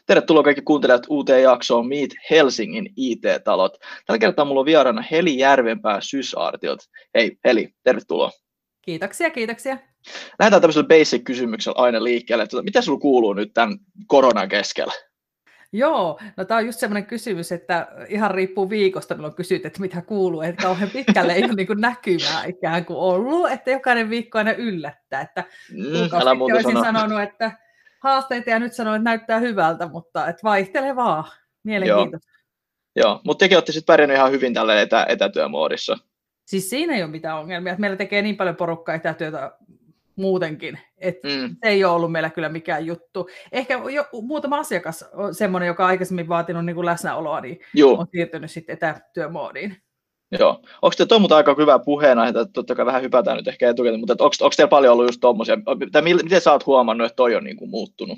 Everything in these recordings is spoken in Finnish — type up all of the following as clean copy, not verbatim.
Tervetuloa kaikki kuuntelijat uuteen jaksoon Meet Helsingin IT-talot. Tällä kertaa mulla on vieraana Heli Järvenpää SysArtilta. Hei Heli, tervetuloa. Kiitoksia, kiitoksia. Lähdetään tämmöisellä basic-kysymyksellä aina liikkeelle. Mitä sulla kuuluu nyt tämän koronan keskellä? Joo, no tämä on just semmoinen kysymys, että ihan riippuu viikosta, milloin kysyt, että mitä kuuluu, että kauhean pitkälle ei ole niin kuin näkymää ikään kuin ollut, että jokainen viikko aina yllättää, että älä muuta olisin sano. sanonut, että haasteita ja nyt sanon, että näyttää hyvältä, mutta että vaihtelevaa, mielenkiintoista. Joo, mutta tekin olette sitten pärjännyt ihan hyvin tällä etätyömuodissa. Siis siinä ei ole mitään ongelmia, että meillä tekee niin paljon porukkaa etätyötä muutenkin, että se ei ole ollut meillä kyllä mikään juttu. Ehkä muutama asiakas on semmoinen, joka on aikaisemmin vaatinut niin kuin läsnäoloa, niin on siirtynyt sitten etätyömoodiin. Joo. Onko te tuo aika hyvä puheenaihe, että totta kai vähän hypätään nyt ehkä etukäteen, mutta onko teillä paljon ollut just tommosia, tai miten sä oot huomannut, että toi on niin kuin muuttunut?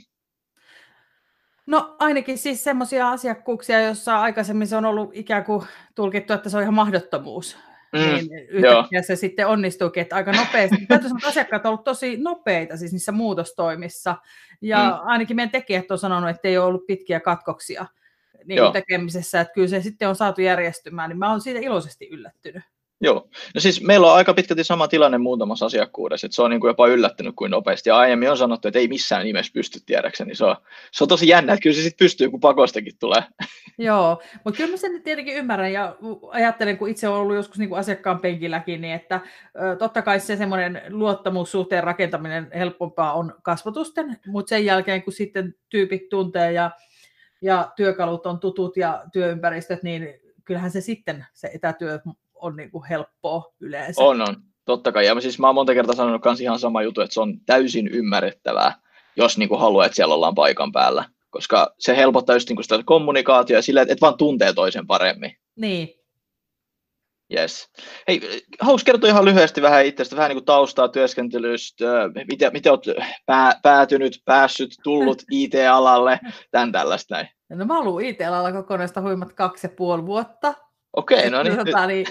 No ainakin siis semmoisia asiakkuuksia, joissa aikaisemmin se on ollut ikään kuin tulkittu, että se on ihan mahdottomuus. Niin yhtäkkiä se sitten onnistuikin, että aika nopeasti. Täytyy sanoa, että asiakkaat ovat olleet tosi nopeita siis niissä muutostoimissa. Ja ainakin meidän tekijät on sanonut, että ei ole ollut pitkiä katkoksia niin tekemisessä. Että kyllä se sitten on saatu järjestymään, niin mä oon siitä iloisesti yllättynyt. Joo. No siis meillä on aika pitkälti sama tilanne muutamassa asiakkuudessa, että se on niin kuin jopa yllättynyt kuin nopeasti. Ja aiemmin on sanottu, että ei missään nimessä pysty tiedäkseni, niin se on tosi jännä, että kyllä se sitten pystyy, kun pakostakin tulee. Joo, mutta kyllä mä sen tietenkin ymmärrän ja ajattelen, kun itse olen ollut joskus niin kuin asiakkaan penkilläkin, niin että totta kai se semmoinen luottamussuhteen rakentaminen helpompaa on kasvotusten, mutta sen jälkeen, kun sitten tyypit tuntee ja työkalut on tutut ja työympäristöt, niin kyllähän se sitten se etätyö on niin kuin helppoa yleensä. On, totta kai. Ja siis mä oon monta kertaa sanonut myös ihan sama juttu, että se on täysin ymmärrettävää, jos niin kuin haluaa, että siellä ollaan paikan päällä. Koska se helpottaa just niin kuin sitä kommunikaatiota ja sillä, että vaan tuntee toisen paremmin. Niin. Yes. Hei, haluaisin kertoa ihan lyhyesti vähän itsestä, vähän niin kuin taustaa työskentelystä, miten olet päässyt, tullut IT-alalle, tämän tällaista näin. No mä oon ollut IT-alalla kokonaista huimat 2,5 vuotta. Okei, no niin.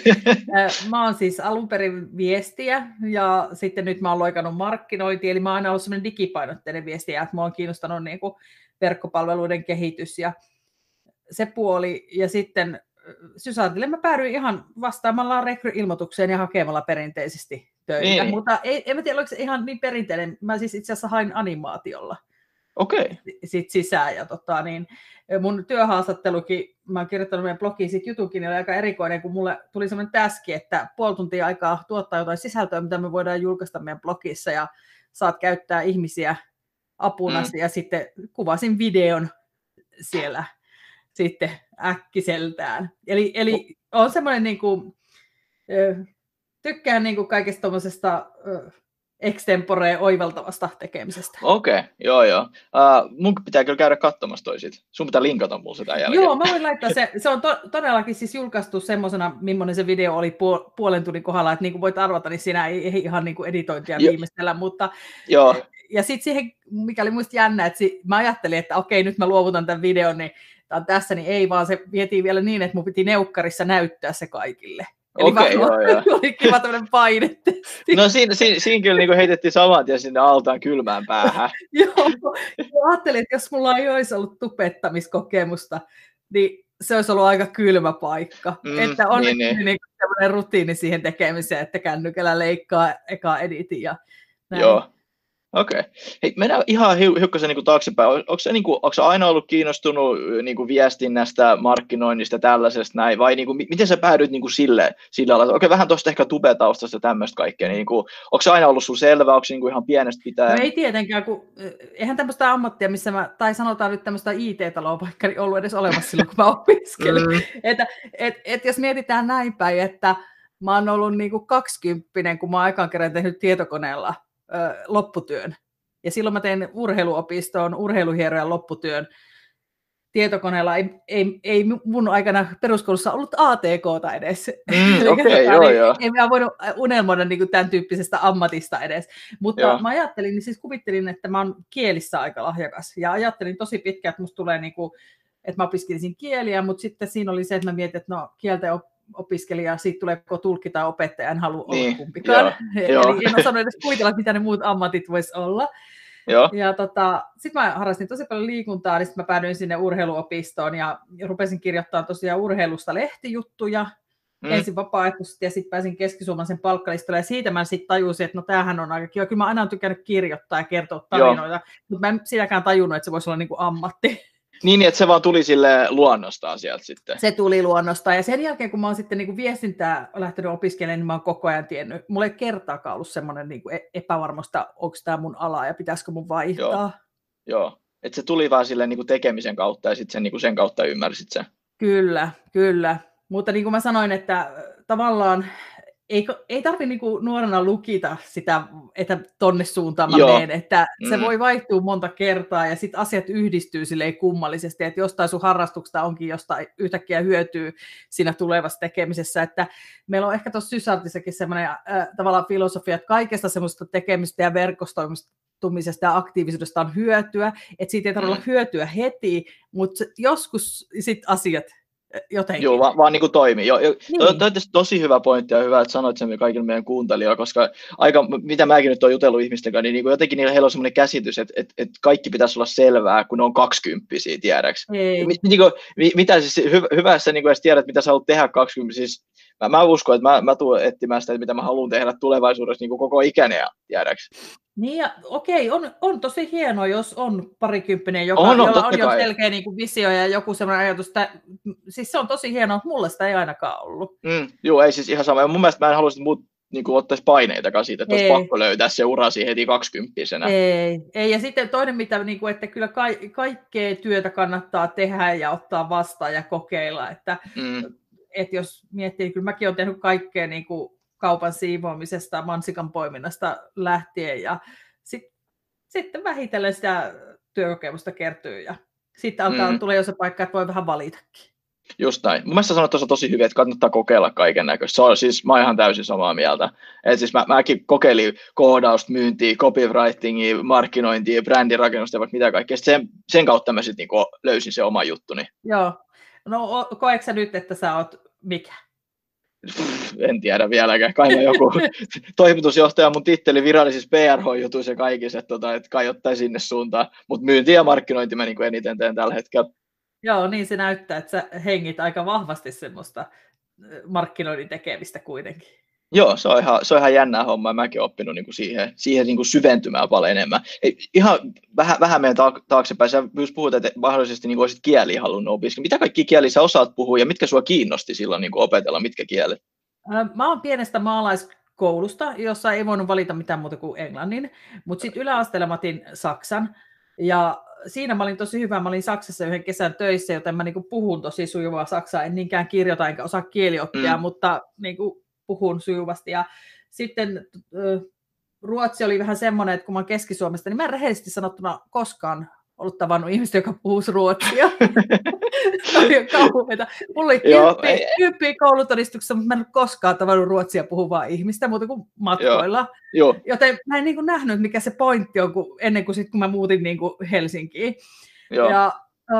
Mä oon siis alun perin viestiä ja sitten nyt mä oon loikannut markkinointia, eli mä oon aina ollut semmoinen digipainotteinen viestiä, että mä oon kiinnostanut niin kuin verkkopalveluiden kehitys ja se puoli. Ja sitten SysArtille mä päädyin ihan vastaamalla rekry-ilmoitukseen ja hakemalla perinteisesti töitä, niin. Mutta en mä tiedä, oliko se ihan niin perinteinen. Mä siis itse asiassa hain animaatiolla. Sitten sisään ja mun työhaastattelukin, mä oon kirjoittanut meidän blogiin sit jutunkin, niin oli aika erikoinen, kun mulle tuli semmoinen täski, että puoli tuntia aikaa tuottaa jotain sisältöä, mitä me voidaan julkaista meidän blogissa ja saat käyttää ihmisiä apuna ja sitten kuvasin videon siellä sitten äkkiseltään. Eli on semmoinen niinku, tykkään niinku kaikesta tommosesta extempore oivaltavasta tekemisestä. Okei, joo. Mun pitää kyllä käydä katsomassa toi sit. Sun pitää linkata mulle sitä jälkeen. Joo, mä voin laittaa se on todellakin siis julkaistu semmosena, millainen se video oli puolen tunnin kohdalla, että niin kuin voit arvata, niin siinä ei ihan niin kuin editointia viimeistellä, mutta ja sitten siihen, mikä oli muista jännä, että mä ajattelin, että okei, nyt mä luovutan tämän videon, niin tää on tässä, niin ei, vaan se vietiin vielä niin, että mun piti neukkarissa näyttää se kaikille. Eli oli kiva tämmöinen paine. No siinä kyllä niin heitettiin saman tien sinne altaan kylmään päähän. Joo, ajattelin, että jos mulla ei olisi ollut tubettamiskokemusta, niin se olisi ollut aika kylmä paikka. Että on niin sellainen rutiini siihen tekemiseen, että kännykällä leikkaa eka editin ja näin. Joo. Okei. Hei, mennään ihan hiukkasen niin taaksepäin. Onko se aina ollut kiinnostunut niin kuin viestinnästä, markkinoinnista, tällaisesta näin, vai niin kuin, miten sä päädyit niin kuin sille alalla? Okei, vähän tuosta ehkä tubetaustasta ja tämmöistä kaikkea. Niin kuin, onko se aina ollut sun selvä, onko se niin kuin ihan pienestä pitää? No ei tietenkään, kun eihän tämmöistä ammattia, missä tai sanotaan nyt tämmöistä IT-taloa vaikka niin ollut edes olemassa silloin, kun mä opiskelin. Että jos mietitään näin päin, että mä oon ollut niin kuin 20, kun mä oon aikaan kerran tehnyt tietokoneella lopputyön. Ja silloin mä tein urheiluopistoon urheiluhierojan lopputyön tietokoneella. Ei mun aikana peruskoulussa ollut ATK:ta edes. Ei mä voinut unelmoida niin kuin tämän tyyppisestä ammatista edes. Mutta mä ajattelin, niin siis kuvittelin, että mä oon kielissä aika lahjakas. Ja ajattelin tosi pitkään, että musta tulee, niin kuin, että mä opiskelisin kieliä, mutta sitten siinä oli se, että mä mietin, että no kieltä opiskelija, siitä tulee tulkki tai opettaja, en halua olla kumpikaan. Eli en osannut edes kuvitella, mitä ne muut ammatit vois olla. Joo. Ja sitten mä harrastin tosi paljon liikuntaa, niin sitten mä päädyin sinne urheiluopistoon ja rupesin kirjoittamaan tosiaan urheilusta lehtijuttuja, ensin vapaaehtoisesti ja sitten pääsin keskisuomalaisen palkkalistalle ja siitä mä sitten tajusin, että no tämähän on aika kiva. Kyllä mä aina olen tykännyt kirjoittaa ja kertoa tarinoita, mutta mä en sitäkään tajunnut, että se voisi olla niin kuin ammatti. Niin, että se vaan tuli sille luonnostaan sieltä sitten. Se tuli luonnostaan ja sen jälkeen kun mä oon sitten niin kuin viestintää lähtenyt opiskelemaan, niin mä oon koko ajan tiennyt. Mulla ei kertaakaan ollut semmoinen niin kuin epävarmusta, onko tämä mun ala ja pitäisikö mun vaihtaa. Joo. Että se tuli vaan silleen niin kuin tekemisen kautta ja sitten niin sen kautta ymmärsit sen. Kyllä. Mutta niin kuin mä sanoin, että tavallaan ei tarvitse niin kuin nuorena lukita sitä, että tonne suuntaan mä menen, että se voi vaihtua monta kertaa ja sitten asiat yhdistyy silleen kummallisesti, että jostain sun harrastuksesta onkin jostain yhtäkkiä hyötyy siinä tulevassa tekemisessä, että meillä on ehkä tuossa Sysartissakin semmoinen tavallaan filosofia, että kaikesta semmoista tekemistä ja verkostoitumisesta ja aktiivisuudesta on hyötyä, että siitä ei tarvitse olla hyötyä heti, mutta joskus sitten asiat jotenkin. Joo, vaan niin kuin toimii. Toi on tosi hyvä pointti ja hyvä, että sanoit sen kaikille meidän kuuntelijoille, koska mitä mäkin nyt olen jutellut ihmisten kanssa, niin jotenkin heillä on semmoinen käsitys, että kaikki pitäisi olla selvää, kun ne on 20-vuotiaita, tiedäks? Mitä siis hyvä, että sä niin edes tiedät, mitä sä haluat tehdä 20, siis mä uskon, että mä tulen etsimään sitä, mitä mä haluan tehdä tulevaisuudessa niin koko ikäinen, tiedäks? Niin ja okei, on tosi hienoa, jos on parikymppinen, jolla on jo selkeä niin kuin visio ja joku semmoinen ajatus, että siis se on tosi hienoa, mutta mulla sitä ei ainakaan ollut. Joo, ei siis ihan sama. Ja mun mielestä mä en haluaisi, että muut niin ottaisi paineitakaan siitä, että olisi pakko löytää se urasi heti 20-vuotiaana. Ei, ja sitten toinen, mitä, niin kuin, että kyllä kaikkea työtä kannattaa tehdä ja ottaa vastaan ja kokeilla, että jos miettii, niin kyllä mäkin olen tehnyt kaikkea niin kuin kaupan siivoamisesta, mansikan poiminnasta lähtien ja sitten vähitellen sitä työkokemusta kertyy ja sitten alkaa tulla jo se paikka, että voi vähän valitakin. Just näin. Mun mielestä sanoit tuossa tosi hyvin, että kannattaa kokeilla kaiken näköistä. Siis mä oon ihan täysin samaa mieltä. Et siis mäkin kokeilin koodausta, myyntiä, copywritingia, markkinointia, brändirakennusta ja vaikka mitä kaikkea. Sen kautta mä sitten niinku löysin se oma juttuni. Joo. No koetko sä nyt, että sä oot mikä? En tiedä vieläkään. Kai mä joku toimitusjohtaja mun titteli virallisissa PRH-jutuissa ja kaikissa, että kai ottaa sinne suuntaan. Mutta myynti ja markkinointi mä niinku eniten teen tällä hetkellä. Joo, niin se näyttää, että sä hengit aika vahvasti semmoista markkinoinnin tekemistä kuitenkin. Joo, se on ihan jännää hommaa. Mäkin olen oppinut niinku siihen niinku syventymään paljon enemmän. Ihan vähän meidän taaksepäin. Sä myös puhut, että mahdollisesti niinku olisit kieliä halunnut opiskella. Mitä kaikki kieliä sä osaat puhua ja mitkä sua kiinnosti silloin niinku opetella? Mitkä kielet? Mä oon pienestä maalaiskoulusta, jossa ei voinut valita mitään muuta kuin englannin. Mutta sitten yläasteella mä otin saksan. Ja siinä mä olin tosi hyvä. Mä olin Saksassa yhden kesän töissä, joten mä niinku puhun tosi sujuvaa saksaa. En niinkään kirjoita enkä osaa kielioppia, mutta niinku puhun sujuvasti. Ja sitten ruotsi oli vähän semmoinen, että kun mä oon Keski-Suomesta, niin mä en rehellisesti sanottuna koskaan ollut tavannut ihmistä, joka puhuisi ruotsia. Se oli kauheeta. Mulla oli 10 koulutodistuksessa, mutta mä en ole koskaan tavannut ruotsia puhuvaa ihmistä muuta kuin matkoilla. Joo. Joten mä en niin kuin nähnyt, mikä se pointti on, ennen kuin sit, kun mä muutin niin kuin Helsinkiin. Joo. Ja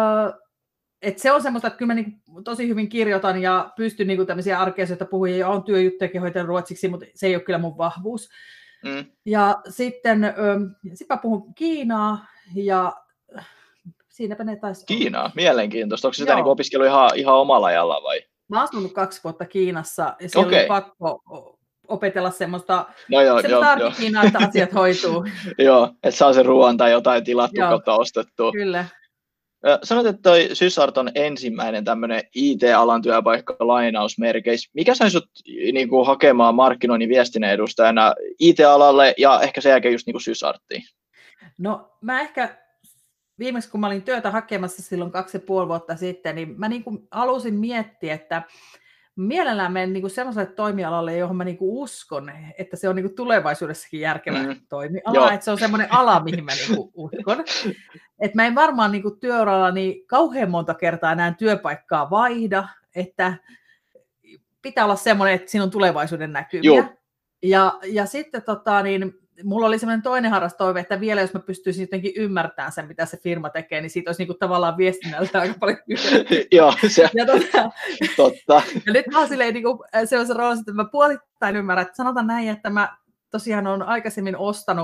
et se on semmoista, että kyllä mä niin tosi hyvin kirjoitan ja pystyn niin tämmöisiä arkeasioita puhumaan ja olen työjuttujakin hoitanut ruotsiksi, mutta se ei ole kyllä mun vahvuus. Ja sitten mä puhun kiinaa ja siinäpä ne taisi Kiinaa, mielenkiintoista. Onko se sitä niin opiskelu ihan omalla ajalla vai? Mä oon asunut 2 vuotta Kiinassa ja siellä oli pakko opetella semmoista arkikiinaa, että asiat hoituu. Joo, että saa sen ruoan tai jotain tilattua kautta ostettua. Kyllä. Sanoit, että toi Sysart on ensimmäinen tämmöinen IT-alan työpaikka lainausmerkeissä. Mikä sai sut niinku hakemaan markkinoinnin viestinnän edustajana IT-alalle ja ehkä sen jälkeen just niinku Sysarttiin? No mä ehkä viimeksi kun mä olin työtä hakemassa silloin 2,5 vuotta sitten, niin mä niinku halusin miettiä, että mielellään menen niinku sellaiselle toimialalle, johon mä niinku uskon, että se on niinku tulevaisuudessakin järkevä toimiala, että se on semmoinen ala, mihin mä niinku uskon. Että mä en varmaan niinku työurallani kauhean monta kertaa enää työpaikkaa vaihda, että pitää olla semmoinen, että siinä on tulevaisuuden näkymiä. Ja sitten mulla oli semmoinen toinen harrastoive, että vielä jos mä pystyisin jotenkin ymmärtämään sen, mitä se firma tekee, niin siitä olisi niinku tavallaan viestinnältä aika paljon hyötyä. Joo, se totta. Ja nyt mä oon silleen niinku sellaisen roolissa, että mä puolittain ymmärrän, että sanotaan näin, että mä tosiaan olen aikaisemmin ostanut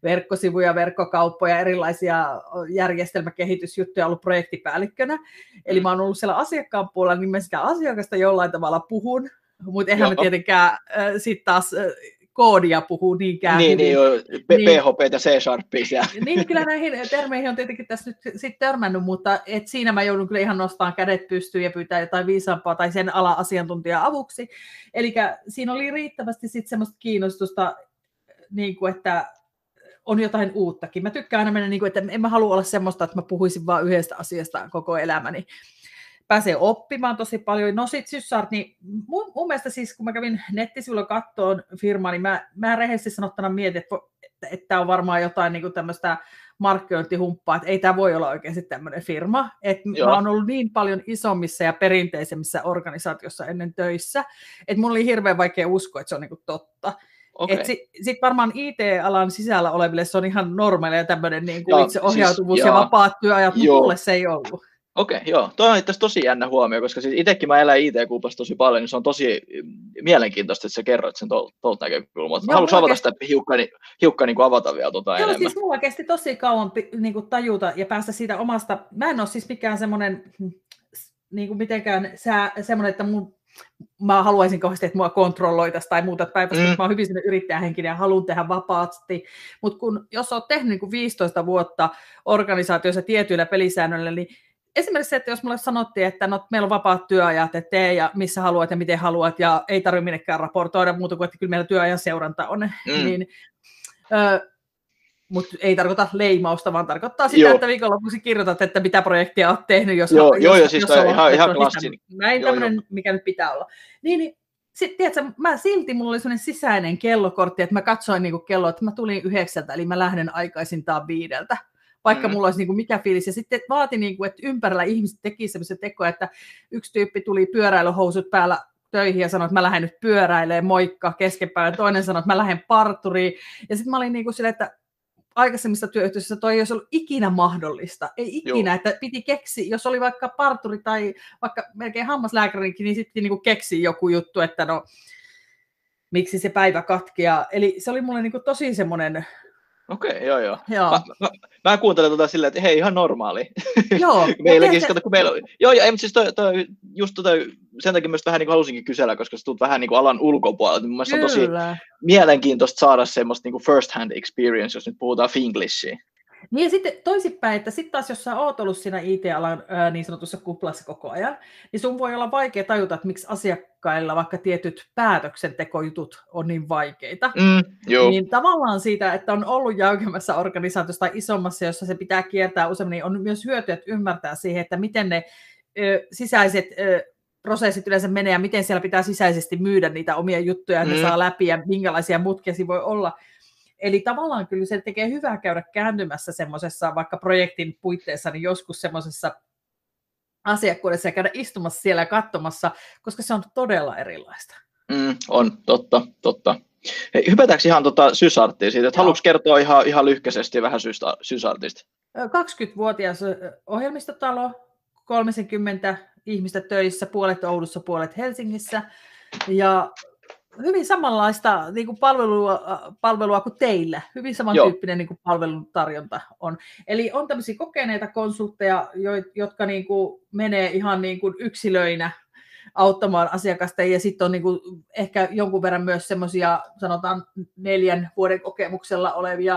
verkkosivuja, verkkokauppoja, erilaisia järjestelmäkehitysjuttuja, ollut projektipäällikkönä. Eli mä oon ollut siellä asiakkaan puolella, niin mä sitä asiakasta jollain tavalla puhun, mutta eihän mä tietenkään sitten taas koodia puhuu niinkään hyvin. Niin, PHP ja C-Sharpia siellä. Niin, kyllä näihin termeihin on tietenkin tässä nyt sit törmännyt, mutta siinä mä joudun kyllä ihan nostamaan kädet pystyyn ja pyytää jotain viisaampaa tai sen ala-asiantuntijaa avuksi. Eli siinä oli riittävästi sitten semmoista kiinnostusta, niin kuin, että on jotain uuttakin. Mä tykkään aina mennä, niin kuin, että en mä halua olla semmoista, että mä puhuisin vaan yhdestä asiasta koko elämäni. Pääsee oppimaan tosi paljon. No sit Sysart, niin mun mielestä siis, kun mä kävin nettisivuilla kattoon firmaa, niin mä rehellisesti sanottuna mietin, että tämä on varmaan jotain niin kuin tämmöistä markkinointihumppaa, että ei tämä voi olla oikeasti tämmöinen firma. Että mä oon ollut niin paljon isommissa ja perinteisemmissä organisaatioissa ennen töissä, että mun oli hirveän vaikea uskoa, että se on niin kuin totta. Okay. Sitten varmaan IT-alan sisällä oleville se on ihan normaalia tämmöinen niin kuin itseohjautuvuus ja vapaat työajat, mutta mulle se ei ollut. Okei, joo. Tuo on itse tosi jännä huomio, koska siis itsekin mä elän IT-kuplassa tosi paljon, niin se on tosi mielenkiintoista, että sä kerroit sen tuolta näkökulmalta. Haluatko avata sitä hiukka niin kuin avata vielä enemmän? Siis mulla kesti tosi kauan niin kuin tajuta ja päästä siitä omasta, mä en ole siis mikään semmoinen, niin kuin mitenkään semmoinen, että mä haluaisin kauheasti, että mua kontrolloitaisiin tai muuta, että päinvastoin mä oon hyvin sellainen yrittäjähenkinen ja haluan tehdä vapaasti, mutta jos oot tehnyt niin kuin 15 vuotta organisaatioissa tietyillä pelisäännöillä, niin esimerkiksi se, että jos mulle sanottiin, että no, meillä on vapaat työajat, että tee ja missä haluat ja miten haluat, ja ei tarvitse minnekään raportoida muuta kuin, että kyllä meillä työajan seuranta on, niin, mutta ei tarkoita leimausta, vaan tarkoittaa sitä, että viikonlopuksi kirjoitat, että mitä projektia olet tehnyt, jos siis ihan klassinen. Näin tämmöinen, mikä nyt pitää olla. Niin sitten, tiedätkö, mulla oli sellainen sisäinen kellokortti, että mä katsoin niinku kelloa, että mä tulin 9, eli mä lähden aikaisintaan 5. Vaikka mulla olisi niinku mikä fiilis. Ja sitten vaati, niinku, että ympärillä ihmiset teki sellaisia tekoja, että yksi tyyppi tuli pyöräilyhousut päällä töihin ja sanoi, että mä lähden nyt pyöräilemään, moikka, keskenpäin. Toinen sanoi, että mä lähden parturiin. Ja sitten mä olin niinku silleen, että aikaisemmissa työyhteisöissä toi ei olisi ollut ikinä mahdollista. Ei ikinä, että piti keksiä, jos oli vaikka parturi tai vaikka melkein hammaslääkärikin, niin sitten niinku keksi joku juttu, että no, miksi se päivä katkeaa. Eli se oli mulle niinku tosi semmoinen. Okei, joo. Mä kuuntelen silleen, että hei, ihan normaali. Joo. Meilläkin, kun meillä on. Ei, mutta siis just sen takia myös vähän niin kuin halusinkin kysellä, koska sä tulet vähän niin kuin alan ulkopuolelta. Mun mielestä on tosi mielenkiintoista saada semmoista niin kuin first hand experience, jos nyt puhutaan finglishia. Niin ja sitten toisinpäin, että sitten taas jos sä oot ollut siinä IT-alan niin sanotussa kuplassa koko ajan, niin sun voi olla vaikea tajuta, että miksi asiakkailla vaikka tietyt päätöksentekojutut on niin vaikeita. Niin tavallaan siitä, että on ollut jäykemmässä organisaatiossa tai isommassa, jossa se pitää kiertää useammin, niin on myös hyötyä, että ymmärtää siihen, että miten ne sisäiset prosessit yleensä menee ja miten siellä pitää sisäisesti myydä niitä omia juttuja, että ne saa läpi ja minkälaisia mutkia siinä voi olla. Eli tavallaan kyllä se tekee hyvää käydä kääntymässä semmoisessa vaikka projektin puitteissa, niin joskus semmoisessa asiakkuudessa ja käydä istumassa siellä ja katsomassa, koska se on todella erilaista. On, totta. Hei, hypätäänkö ihan Sysarttiin siitä, että haluatko kertoa ihan lyhkäisesti vähän Sysartista? 20-vuotias ohjelmistotalo, 30 ihmistä töissä, puolet Oulussa, puolet Helsingissä, ja hyvin samanlaista niin kuin palvelua kuin teillä. Hyvin samantyyppinen niin kuin palveluntarjonta on. Eli on tämmöisiä kokeneita konsultteja, jotka niin kuin menee ihan niin kuin yksilöinä auttamaan asiakasta. Ja sitten on niin kuin ehkä jonkun verran myös semmoisia, sanotaan 4 vuoden kokemuksella olevia.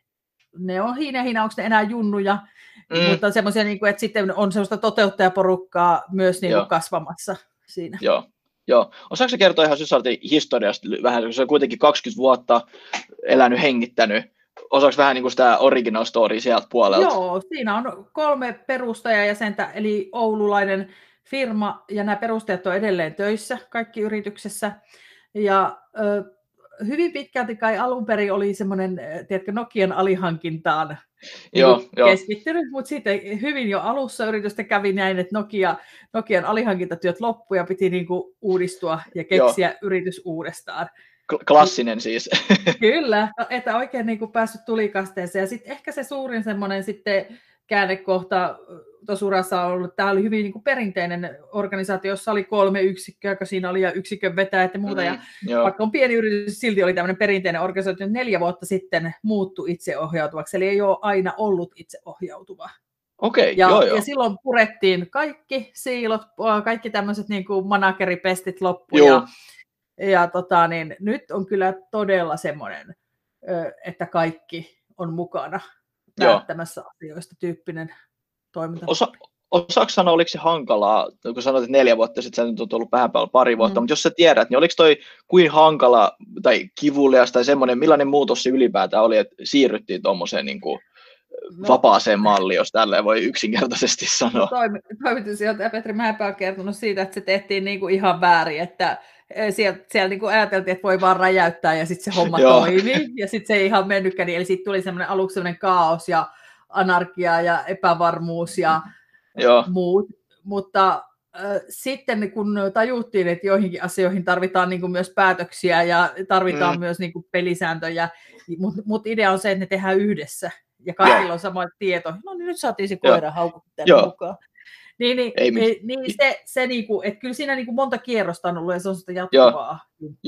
Ne on hiinä, onko ne enää junnuja. Mutta semmoisia, niin kuin, että sitten on semmoista toteuttajaporukkaa myös niin kuin kasvamassa siinä. Joo. Osaatko sä kertoa ihan Sysartin historiasta vähän, kun se on kuitenkin 20 vuotta elänyt, hengittänyt. Osaatko vähän niin kuin sitä original story sieltä puolelta? Joo, siinä on 3 perustajajäsentä, eli oululainen firma, ja nämä perustajat on edelleen töissä kaikki yrityksessä. Ja hyvin pitkälti kai alun perin oli semmoinen, tiedätkö, Nokian alihankintaan keskittynyt, mutta sitten hyvin jo alussa yritystä kävi näin, että Nokian alihankintatyöt loppui ja piti niinku uudistua ja keksiä yritys uudestaan. Klassinen siis. Kyllä, että oikein niinku päässyt tulikasteeseen. Ja sitten ehkä se suurin semmoinen sitten käännekohta tuossa urassa on ollut, tämä oli hyvin niin kuin perinteinen organisaatio, jossa oli 3 yksikköä, joka siinä oli ja yksikön vetäjät ja muuta, ja vaikka on pieni yritys, silti oli tämmöinen perinteinen organisaatio, 4 vuotta sitten muuttui itseohjautuvaksi, eli ei ole aina ollut itseohjautuva. Okei, ja silloin purettiin kaikki siilot, kaikki tämmöiset niin kuin manageripestit loppu, ja nyt on kyllä todella semmoinen, että kaikki on mukana päättämässä asioista tyyppinen toiminta. Osaatko sanoa, oliko se hankalaa, kun sanoit, että 4 vuotta sitten, sä nyt on ollut vähän päällä pari vuotta, mutta jos sä tiedät, niin oliko toi kuin hankala tai kivulias tai semmoinen, millainen muutos se ylipäätään oli, että siirryttiin tuommoiseen niin kuin vapaaseen malliin, jos tälleen voi yksinkertaisesti sanoa. Toimitusjohtaja Petri Mäenpää on kertonut siitä, että se tehtiin niin kuin ihan väärin, että siellä niin kuin ajateltiin, että voi vaan räjäyttää ja sitten se homma toimi, ja sitten se ei ihan mennytkään, eli sitten tuli semmoinen aluksi semmoinen kaos ja anarkia ja epävarmuus ja muut, mutta sitten kun tajuttiin, että joihinkin asioihin tarvitaan niin kuin myös päätöksiä ja tarvitaan myös niin kuin pelisääntöjä, mutta idea on se, että ne tehdään yhdessä ja kaikilla on sama tieto. No niin, nyt saatiin se koira haukuttu tänne mukaan. Se niinku, että kyllä siinä niinku monta kierrosta on ollut ja se on sitä jatkuvaa.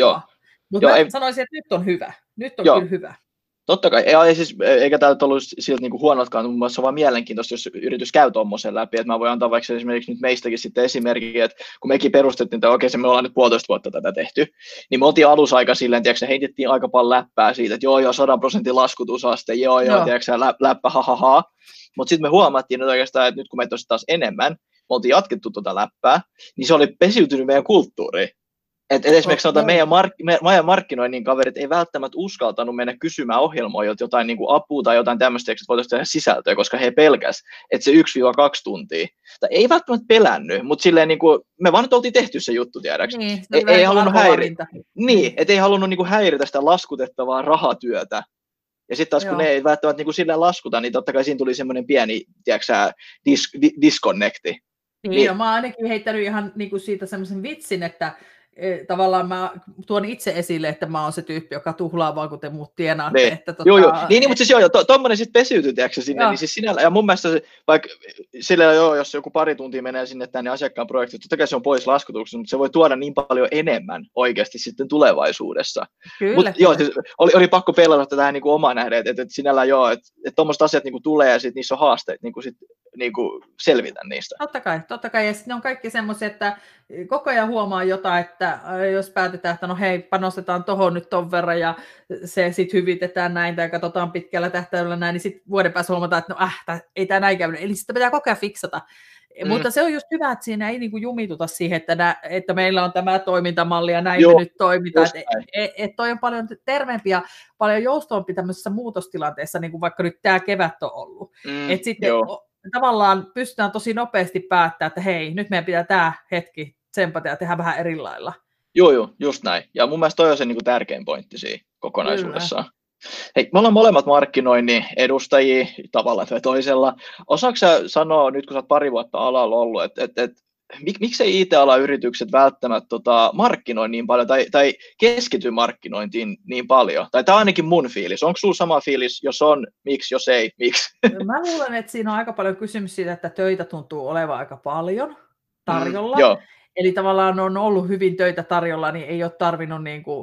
Mutta mä sanoisin, että nyt on hyvä. Nyt on kyllä hyvä. Totta kai, eikä tämä ollut siltä niinku huonotkaan, mutta mun mielestä se on vaan mielenkiintoista, jos yritys käy tuommoisen läpi, että mä voin antaa vaikka esimerkiksi nyt meistäkin sitten esimerkkiä, että kun mekin perustettiin, että okei, me ollaan nyt 1,5 vuotta tätä tehty, niin me oltiin alusaika silleen, tiedätkö, heitettiin aika paljon läppää siitä, että 100% laskutusaste, tiedätkö, läppä, ha. Mutta sitten me huomattiin että oikeastaan, että nyt kun meitä on taas enemmän, me oltiin jatkettu tuota läppää, niin se oli pesiytynyt meidän kulttuuriin. Esimerkiksi sanotaan, meidän markkinoinnin kaverit ei välttämättä uskaltanut mennä kysymään ohjelmoijilta jotain niin kuin apua tai jotain tämmöistä, että voitaisiin tehdä sisältöä, koska he pelkäs, että se 1-2 tuntia, tai ei välttämättä pelännyt, mutta silleen niin kuin, me vaan nyt oltiin tehty se juttu, tiedäksi. Niin, ei halunnut häiritä. Niin, että ei halunnut niin kuin häiritä sitä laskutettavaa rahatyötä. Ja sitten taas kun ne ei välttämättä niin kuin silleen laskuta, niin totta kai siinä tuli semmoinen pieni, tiedätkö disconnecti. Niin. Mä oon ainakin heittänyt ihan niin kuin siitä semmoisen vitsin, että tavallaan mä tuon itse esille, että mä oon se tyyppi, joka tuhlaa vaan, kun te muut tienaatte. Niin. Että Niin, mutta siis tommonen sitten pesiytyy, tiedätkö, sinne, niin siis sinällä, ja mun mielestä se, vaikka sillä jos joku pari tuntia menee sinne tänne asiakkaan projektiin, totta kai se on pois laskutuksesta, mutta se voi tuoda niin paljon enemmän oikeasti sitten tulevaisuudessa. Kyllä. Siis oli pakko pelata tähän niin kuin omaa nähden, että sinällä että tommoset asiat niin kuin tulee ja sitten niissä on haasteet niin kuin selvitä niistä. Totta kai, ja sitten ne on kaikki semmoisia, että koko ajan huomaa jotain, että jos päätetään, että no hei, panostetaan tohon nyt ton verran ja se sitten hyvitetään näin tai katsotaan pitkällä tähtäimellä näin, niin sitten vuoden päästä huomataan, että no ei tämä näin käynyt. Eli sitä pitää koko ajan fiksata. Mutta se on just hyvä, että siinä ei niinku jumituta siihen, että meillä on tämä toimintamalli ja näin me nyt toimitaan. Että toi on paljon terveempi ja paljon joustavampi tämmöisessä muutostilanteessa, niin kuin vaikka nyt tämä kevät on ollut. Että sitten tavallaan pystytään tosi nopeasti päättämään, että hei, nyt meidän pitää tämä hetki tsempata ja tehdä vähän eri lailla. Joo, just näin. Ja mun mielestä toi on se niin kuin tärkein pointti siinä kokonaisuudessaan. Kyllä. Hei, me ollaan molemmat markkinoinnin edustajia tavalla tai toisella. Osaatko sä sanoa, nyt kun sä oot pari vuotta alalla ollut, että miksei IT-alan yritykset välttämättä markkinoi niin paljon tai keskity markkinointiin niin paljon? Tai tämä on ainakin mun fiilis. Onko sulla sama fiilis? Jos on, miksi? Jos ei, miksi? Mä luulen, että siinä on aika paljon kysymys siitä, että töitä tuntuu olevan aika paljon tarjolla. Eli tavallaan on ollut hyvin töitä tarjolla, niin ei ole tarvinnut niin kuin,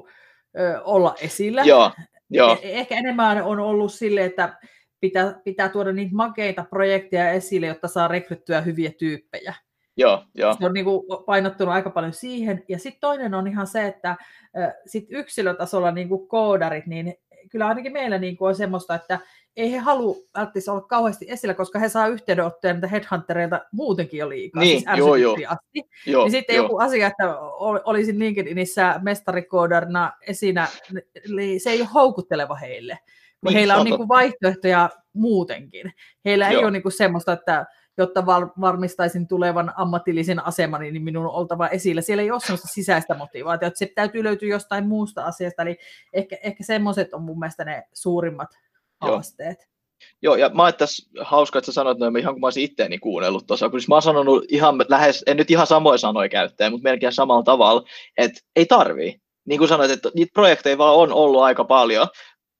olla esillä. Joo. Ehkä enemmän on ollut silleen, että pitää tuoda niitä makeita projekteja esille, jotta saa rekryttyä hyviä tyyppejä. Joo. Se on niin kuin painottunut aika paljon siihen. Ja sitten toinen on ihan se, että sit yksilötasolla niin kuin koodarit, niin kyllä ainakin meillä niin kuin on semmoista, että ei he halua välttämättä olla kauheasti esillä, koska he saa yhteydenottoja niitä headhuntereilta muutenkin jo liikaa. Niin, siis asti. Niin sitten joku asia, että olisin LinkedInissä mestarikoodarina esinä, niin se ei ole houkutteleva heille. Niin, heillä on niin kuin vaihtoehtoja muutenkin. Heillä ei ole niin kuin semmoista, että jotta varmistaisin tulevan ammatillisen asemani, niin minun on oltava esillä. Siellä ei ole sellaista sisäistä motivaatiota, että se täytyy löytyä jostain muusta asiasta, eli ehkä semmoiset on mun mielestä ne suurimmat haasteet. Joo, ja mä oon tässä hauska, että sä sanoit noin, ihan kun mä olisin itteeni kuunnellut tuossa, kun mä oon sanonut ihan lähes, en nyt ihan samoja sanoja käyttäen, mutta melkein samalla tavalla, että ei tarvii. Niin kuin sanoit, että niitä projekteja vaan on ollut aika paljon.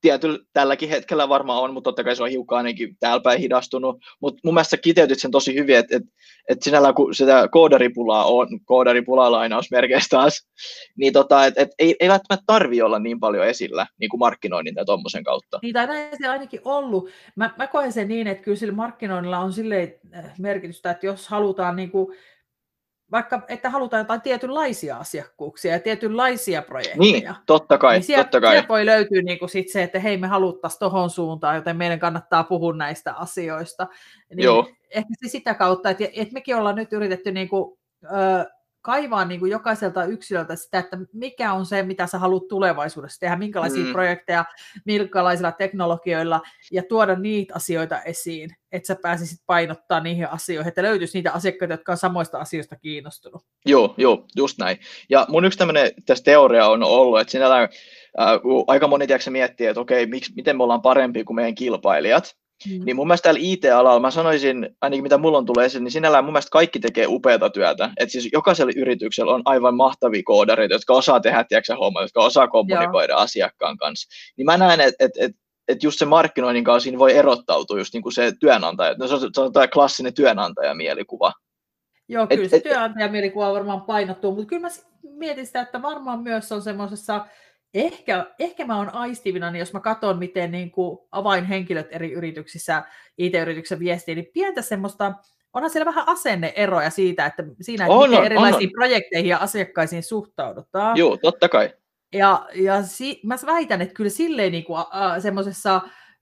tälläkin hetkellä varmaan on, mutta totta kai se on hiukan ainakin täällä päin hidastunut. Mutta mun mielestä kiteytit sen tosi hyvin, että sinällään kun sitä koodaripulaa on, koodaripulaa lainausmerkeistä taas, niin ei välttämättä tarvitse olla niin paljon esillä niin kuin markkinoinnin tai tuommoisen kautta. Niin, tai näin se ainakin ollut. Mä koen sen niin, että kyllä sillä markkinoinnilla on silleen merkitystä, että jos halutaan niin kuin, vaikka että halutaan jotain tietynlaisia asiakkuuksia ja tietynlaisia projekteja, niin, totta kai, niin sieltä voi löytyä niin kuin sit se, että hei, me haluttaisiin tohon suuntaan, joten meidän kannattaa puhua näistä asioista. Niin Joo. ehkä se sitä kautta, että mekin ollaan nyt yritetty niin kuin, kaivaa niin kuin jokaiselta yksilöltä sitä, että mikä on se, mitä sä haluat tulevaisuudessa tehdä, minkälaisia projekteja, minkälaisilla teknologioilla, ja tuoda niitä asioita esiin, että sä pääsisit painottaa niihin asioihin, että löytyisi niitä asiakkaita, jotka on samoista asioista kiinnostunut. Joo, just näin. Ja mun yksi tämmöinen tässä teoria on ollut, että sinällään aika moni miettii, että okei, miten me ollaan parempi kuin meidän kilpailijat. Niin mun mielestä täällä IT-alalla, mä sanoisin, ainakin mitä mulla on tullut esille, niin sinällään mun mielestä kaikki tekee upeata työtä. Että siis jokaisella yrityksellä on aivan mahtavia koodareita, jotka osaa tehdä hommaa, jotka osaa kommunikoida asiakkaan kanssa. Niin mä näen, että just se markkinoinnin kanssa siinä voi erottautua just niin kuin se työnantaja. No se on tämä klassinen työnantajamielikuva. Joo, kyllä se työnantajamielikuva varmaan painottuu, mutta kyllä mä mietin sitä, että varmaan myös on semmoisessa, ehkä mä oon aistivina, niin jos mä katson, miten niin kuin avainhenkilöt eri yrityksissä, IT-yrityksissä viestii, niin pientä semmoista, onhan siellä vähän asenneeroja siitä, että siinä miten erilaisiin projekteihin ja asiakkaisiin suhtaudutaan. Joo, totta kai. Ja mä väitän, että kyllä silleen niin kuin, semmoisessa,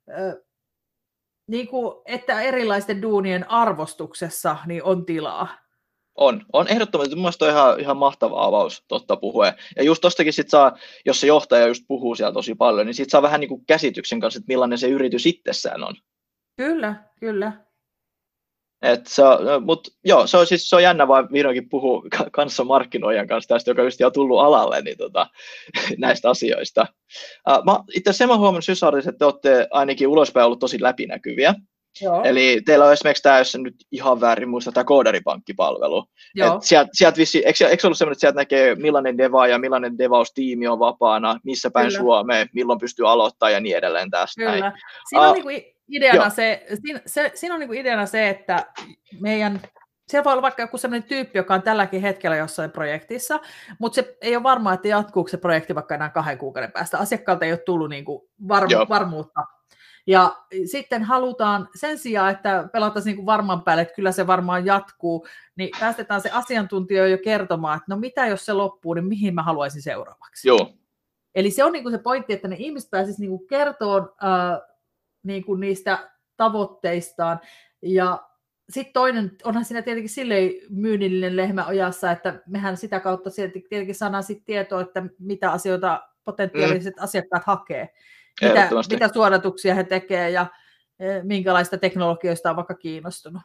niin kuin, että erilaisten duunien arvostuksessa niin on tilaa. On ehdottomasti, mun mielestä on ihan mahtava avaus totta puhuen. Ja just tostakin sit saa, jos se johtaja just puhuu siellä tosi paljon, niin sit saa vähän niin kuin käsityksen kanssa, että millainen se yritys itsessään on. Kyllä. Mutta joo, se on jännä vaan vihdoinkin puhua kanssa markkinoijan kanssa tästä, joka just on tullut alalle niin näistä asioista. Itse asiassa mä huomannut Sysarissa, että te olette ainakin ulospäin ollut tosi läpinäkyviä. Joo. Eli teillä on esimerkiksi tämä, jos nyt ihan väärin muista, tämä koodaripankkipalvelu. Sieltä eikö ollut sellainen, että sieltä näkee millainen deva ja millainen devaustiimi on vapaana, missä päin Suomeen, milloin pystyy aloittamaan ja niin edelleen tästä. Kyllä. Näin. Siinä on niinku ideana se, että siellä voi olla vaikka joku sellainen tyyppi, joka on tälläkin hetkellä jossain projektissa, mutta se ei ole varmaa, että jatkuuko se projekti vaikka enää 2 kuukauden päästä. Asiakkaalta ei ole tullut niinku varmuutta. Ja sitten halutaan sen sijaan, että pelattaisiin niin varman päälle, että kyllä se varmaan jatkuu, niin päästetään se asiantuntija jo kertomaan, että no mitä jos se loppuu, niin mihin mä haluaisin seuraavaksi. Joo. Eli se on niin kuin se pointti, että ne ihmiset pääsisivät niin kuin kertomaan niin kuin niistä tavoitteistaan. Ja sitten toinen, onhan siinä tietenkin silleen myynnillinen lehmä ojassa, että mehän sitä kautta tietenkin saadaan sitten tietoa, että mitä asioita potentiaaliset asiakkaat hakee. Mitä suodatuksia he tekevät ja minkälaista teknologioista on vaikka kiinnostunut.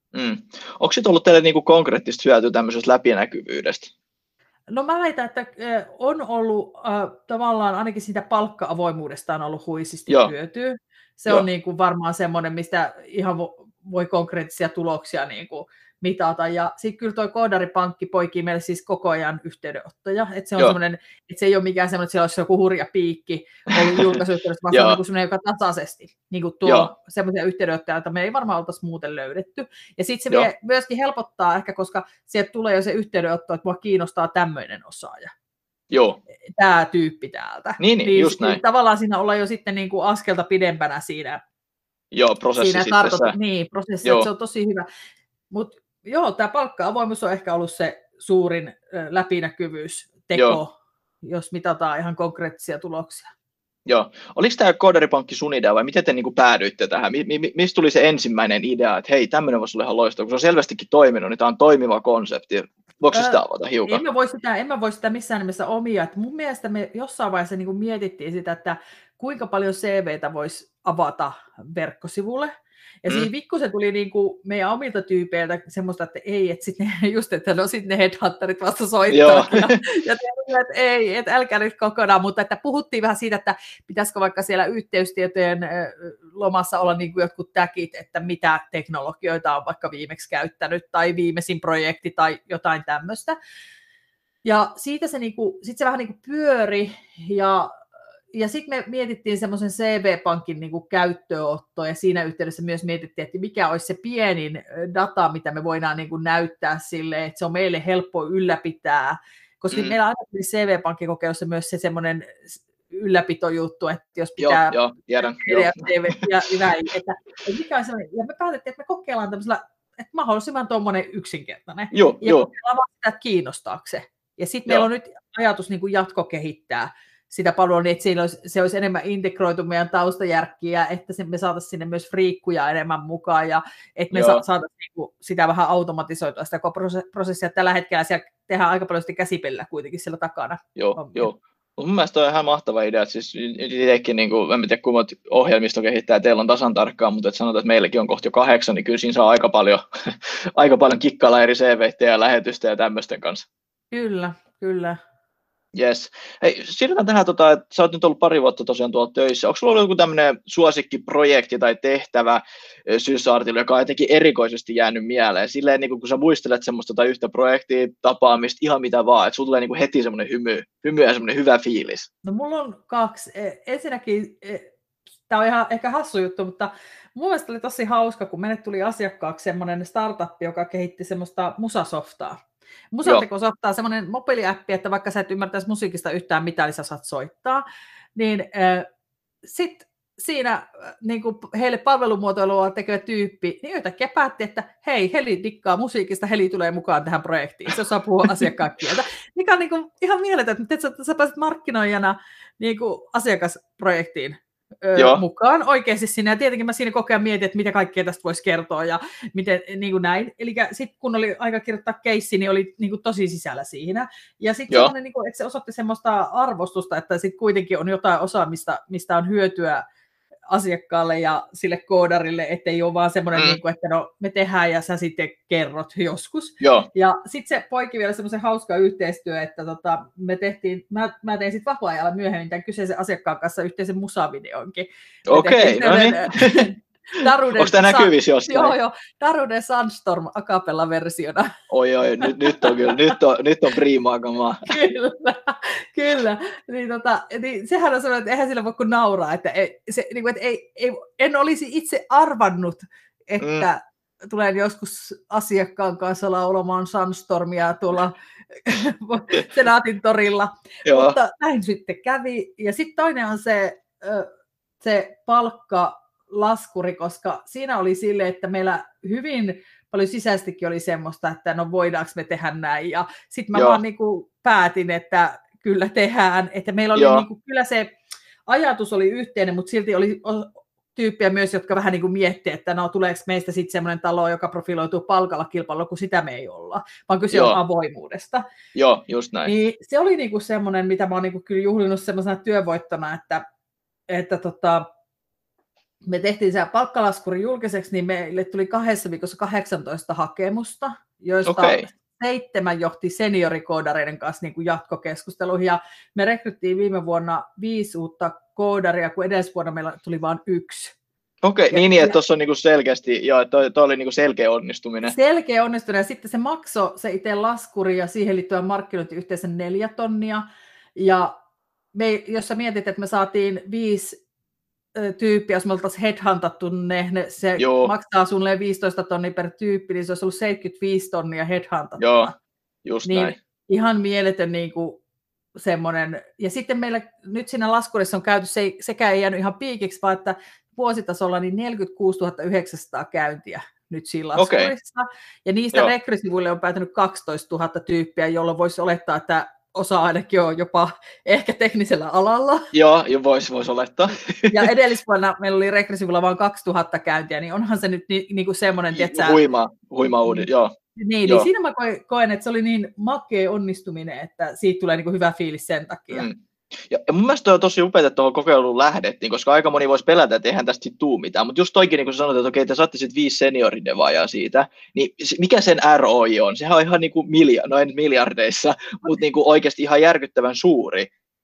Onko sitten ollut teille niinku konkreettista hyötyä tämmöisestä läpinäkyvyydestä? No mä väitän, että on ollut tavallaan ainakin siitä palkka-avoimuudesta on ollut huisisti hyötyä. Se on niinku varmaan semmoinen, mistä ihan voi konkreettisia tuloksia niinku mitata. Ja sitten kyllä tuo koodaripankki poikii meille siis koko ajan yhteydenottoja. Että se on semmoinen, että se ei ole mikään semmoinen, että siellä olisi joku hurja piikki ollut julkaisuyhteydessä, vaan se on niinku semmoinen, joka tasaisesti niinku tuo semmoisia yhteydenottoja, joita me ei varmaan oltaisi muuten löydetty. Ja sitten se myöskin helpottaa ehkä, koska sieltä tulee jo se yhteydenotto, että mua kiinnostaa tämmöinen osaaja. Joo. Tämä tyyppi täältä. Niin just näin. Tavallaan siinä ollaan jo sitten niinku askelta pidempänä siinä. Prosessi siinä prosessi, se on tosi hyvä. Mutta joo, tämä palkka-avoimuus on ehkä ollut se suurin läpinäkyvyysteko, jos mitataan ihan konkreettisia tuloksia. Joo. Oliko tämä koodaripankki sun idea vai miten te niinku päädyitte tähän? Mistä tuli se ensimmäinen idea, että hei, tämmöinen voisi olla ihan loistava, kun se on selvästikin toiminut, niin tämä on toimiva konsepti. Voiko sitä avata hiukan? En mä voi sitä missään nimessä omia. Että mun mielestä me jossain vaiheessa niinku mietittiin sitä, että kuinka paljon CVtä voisi avata verkkosivulle. Ja siinä pikkusen tuli niinku meidän omilta tyypeiltä semmoista, että ei, että sitten ne headhunterit vasta soittaa. Ja että ei, että älkää nyt kokonaan, mutta että puhuttiin vähän siitä, että pitäisikö vaikka siellä yhteystietojen lomassa olla niinku jotkut tagit, että mitä teknologioita on vaikka viimeksi käyttänyt, tai viimeisin projekti, tai jotain tämmöistä. Ja siitä se, sit se vähän niinku pyöri, ja ja sitten me mietittiin semmoisen CV-pankin niin kuin käyttöönottoa, ja siinä yhteydessä myös mietittiin, että mikä olisi se pienin data, mitä me voidaan niin kuin näyttää sille, että se on meille helppo ylläpitää, koska meillä aina tuli CV-pankkikokeilussa myös se semmoinen ylläpitojuttu, että jos pitää tiedän, ja näin, että mikä on sellainen, ja me päätettiin, että me kokeillaan tämmöisellä, että mahdollisimman tuommoinen yksinkertainen, ja kokeillaan vaan sitä, että kiinnostaako se. Ja sitten meillä on nyt ajatus niin kuin jatkokehittää sitä palvelua niin, että se olisi enemmän integroitu meidän taustajärkkiä, että me saataisiin sinne myös friikkuja enemmän mukaan, ja että me saataisiin niin kuin sitä vähän automatisoitua sitä koko prosessia. Tällä hetkellä siellä tehdään aika paljon sitä käsipelillä kuitenkin siellä takana. Joo. Mun mielestä on ihan mahtava idea, että siis itsekin, niin kuin, en tiedä kummat ohjelmistokehittää, teillä on tasan tarkkaan, mutta että sanotaan, että meilläkin on kohta jo 8, niin kyllä siinä saa aika paljon kikkailla eri CV:tä ja lähetystä ja tämmöisten kanssa. Kyllä. Yes. Hei, siirrytään tähän, että sä oot nyt ollut pari vuotta tosiaan tuolla töissä. Onko sulla ollut joku tämmöinen suosikkiprojekti tai tehtävä Sysartilla, joka on jotenkin erikoisesti jäänyt mieleen? Silleen, niin kun sä muistelet semmoista tai yhtä projektia, tapaamista, ihan mitä vaan, että sulla tulee niin heti semmoinen hymy ja semmoinen hyvä fiilis. No mulla on 2. Ensinnäkin, tämä on ihan ehkä hassu juttu, mutta mun mielestä oli tosi hauska, kun meille tuli asiakkaaksi semmoinen startup, joka kehitti semmoista musasoftaa. Musatekosoftaa on semmoinen mobiiliäppi, että vaikka sä et ymmärtäisi musiikista yhtään mitään, niin sä saat soittaa, niin sitten siinä niin kuin heille palvelumuotoilua tekevä tyyppi, niin yhtäkkiä päätti, että hei, Heli dikkaa musiikista, Heli tulee mukaan tähän projektiin, se osaa puhua asiakkaan kieltä, mikä on niin kuin ihan mieletön, että sä pääset markkinoijana niin kuin asiakasprojektiin mukaan oikeasti sinne. Ja tietenkin mä siinä koko ajan mietin, että mitä kaikkea tästä voisi kertoa ja miten niin kuin näin. Eli sitten kun oli aika kirjoittaa keissi, niin oli niin kuin tosi sisällä siinä. Ja sitten niin että se osoitti semmoista arvostusta, että sitten kuitenkin on jotain osaamista, mistä on hyötyä asiakkaalle ja sille koodarille, ettei ole vaan semmoinen, niin kuin, että no me tehdään ja sä sitten kerrot joskus. Ja sitten se poiki vielä semmoisen hauska yhteistyö, että mä tein sitten vapaa-ajalla myöhemmin tämän kyseisen asiakkaan kanssa yhteisen musavideonkin. Okei, no niin. Onko tämä näkyvissä jostain? Joo, Darude Sandstorm a cappella-versiona. Oi, nyt on priimaa kamaa. Kyllä. Niin sehän on sellainen, että eihän sillä voi kuin nauraa, että en olisi itse arvannut, että tulen joskus asiakkaan kanssa laulamaan Sandstormia tuolla Senaatin torilla, mutta näin sitten kävi. Ja sitten toinen on se palkkalaskuri, koska siinä oli silleen, että meillä hyvin paljon sisäistikin oli semmoista, että no voidaanko me tehdä näin, ja sitten mä vaan niin kuin päätin, että kyllä tehdään, että meillä oli niin kuin, kyllä se ajatus oli yhteinen, mutta silti oli tyyppiä myös, jotka vähän niin kuin miettii, että no tuleeko meistä sitten semmoinen talo, joka profiloituu palkalla kilpailulla, kun sitä me ei olla, vaan kyse on avoimuudesta. Joo, just näin. Niin se oli niin kuin semmoinen, mitä mä oon niin kuin kyllä juhlinut semmoisena työvoittona, että me tehtiin se palkkalaskuri julkiseksi, niin meille tuli 2 viikossa 18 hakemusta, joista 7 johti seniorikoodareiden kanssa niin kuin jatkokeskusteluihin, ja me rekryttiin viime vuonna 5 uutta koodaria, kun edellisvuonna meillä tuli vain 1. Okei, niin että tuossa on niinku selkeästi, toi oli niinku selkeä onnistuminen. Selkeä onnistuminen, ja sitten se maksoi se itse laskuri, ja siihen liittyen markkinointi yhteensä 4 tonnia, ja jos sä mietit, että me saatiin 5 tyyppiä, jos me oltaisiin headhuntattu se maksaa sulle 15 tonnia per tyyppi, niin se olisi ollut 75 tonnia headhuntattuna. Joo, just niin näin. Ihan mieletön niin kuin semmoinen. Ja sitten meillä nyt siinä laskurissa on käyty, sekä ei jäänyt ihan piikiksi, vaan että vuositasolla niin 46 900 käyntiä nyt siinä laskurissa. Ja niistä rekrysivuille on päätynyt 12 000 tyyppiä, jolloin voisi olettaa, että osa ainakin on jopa ehkä teknisellä alalla. Joo, voisi olettaa. Ja edellisvuonna meillä oli rekresivulla vain 2000 käyntiä, niin onhan se nyt niin semmoinen, tietsä... Huima uuden, joo. Niin siinä mä koen, että se oli niin makea onnistuminen, että siitä tulee niin kuin hyvä fiilis sen takia. Ja mun mielestä on tosi upeaa, että tuohon kokeiluun lähdettiin, koska aika moni voisi pelätä, että eihän tästä tuu mitään. Mutta just toikin, niin kun sanoit, että okei, te saatte sitten 5 senioridevaajaa siitä, niin mikä sen ROI on? Sehän on ihan niin kuin miljardeissa, mutta niin kuin oikeasti ihan järkyttävän suuri.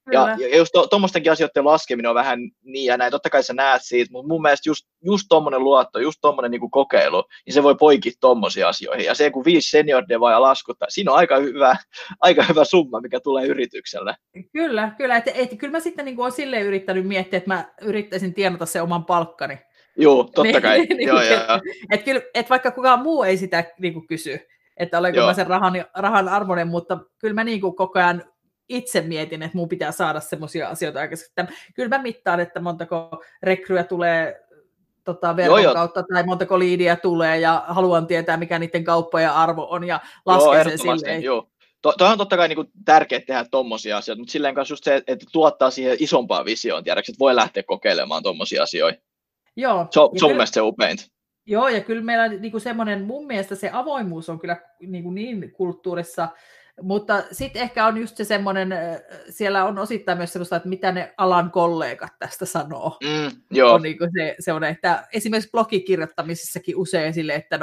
Kyllä. Ja just tuommoistenkin asioiden laskeminen on vähän niin ja näin, totta kai sä näet siitä, mutta mun mielestä just tommonen luotto, just tommonen niinku kokeilu, niin se voi poikia tommosia asioihin. Ja se, kun 5 senior devaa laskuttaa, siinä on aika hyvä summa, mikä tulee yritykselle. Kyllä. Kyllä mä sitten niin olen silleen yrittänyt miettiä, että mä yrittäisin tienata sen oman palkkani. Joo, totta kai. Joo. Et vaikka kukaan muu ei sitä niin kuin kysy, että olenko mä sen rahan arvoinen, mutta kyllä mä niin kuin koko ajan itse mietin, että mun pitää saada semmoisia asioita aikaisemmin. Kyllä mä mittaan, että montako rekryä tulee verkon kautta tai montako liidiä tulee ja haluan tietää, mikä niiden kauppojen arvo on ja lasken sen silleen. Joo. Toi on totta kai niin tärkeää tehdä tommosia asioita, mutta silleen kanssa just se, että tuottaa siihen isompaan visioon, tiedäks, että voi lähteä kokeilemaan tommosia asioita. Joo. Se on mun mielestä se upeinta. Joo, ja kyllä meillä niin semmoinen, mun mielestä se avoimuus on kyllä niin kulttuurissa, mutta sitten ehkä on just se semmoinen, siellä on osittain myös semmoista, että mitä ne alan kollegat tästä sanoo. Joo. On niin se on, että esimerkiksi blogikirjoittamisessakin usein sille, että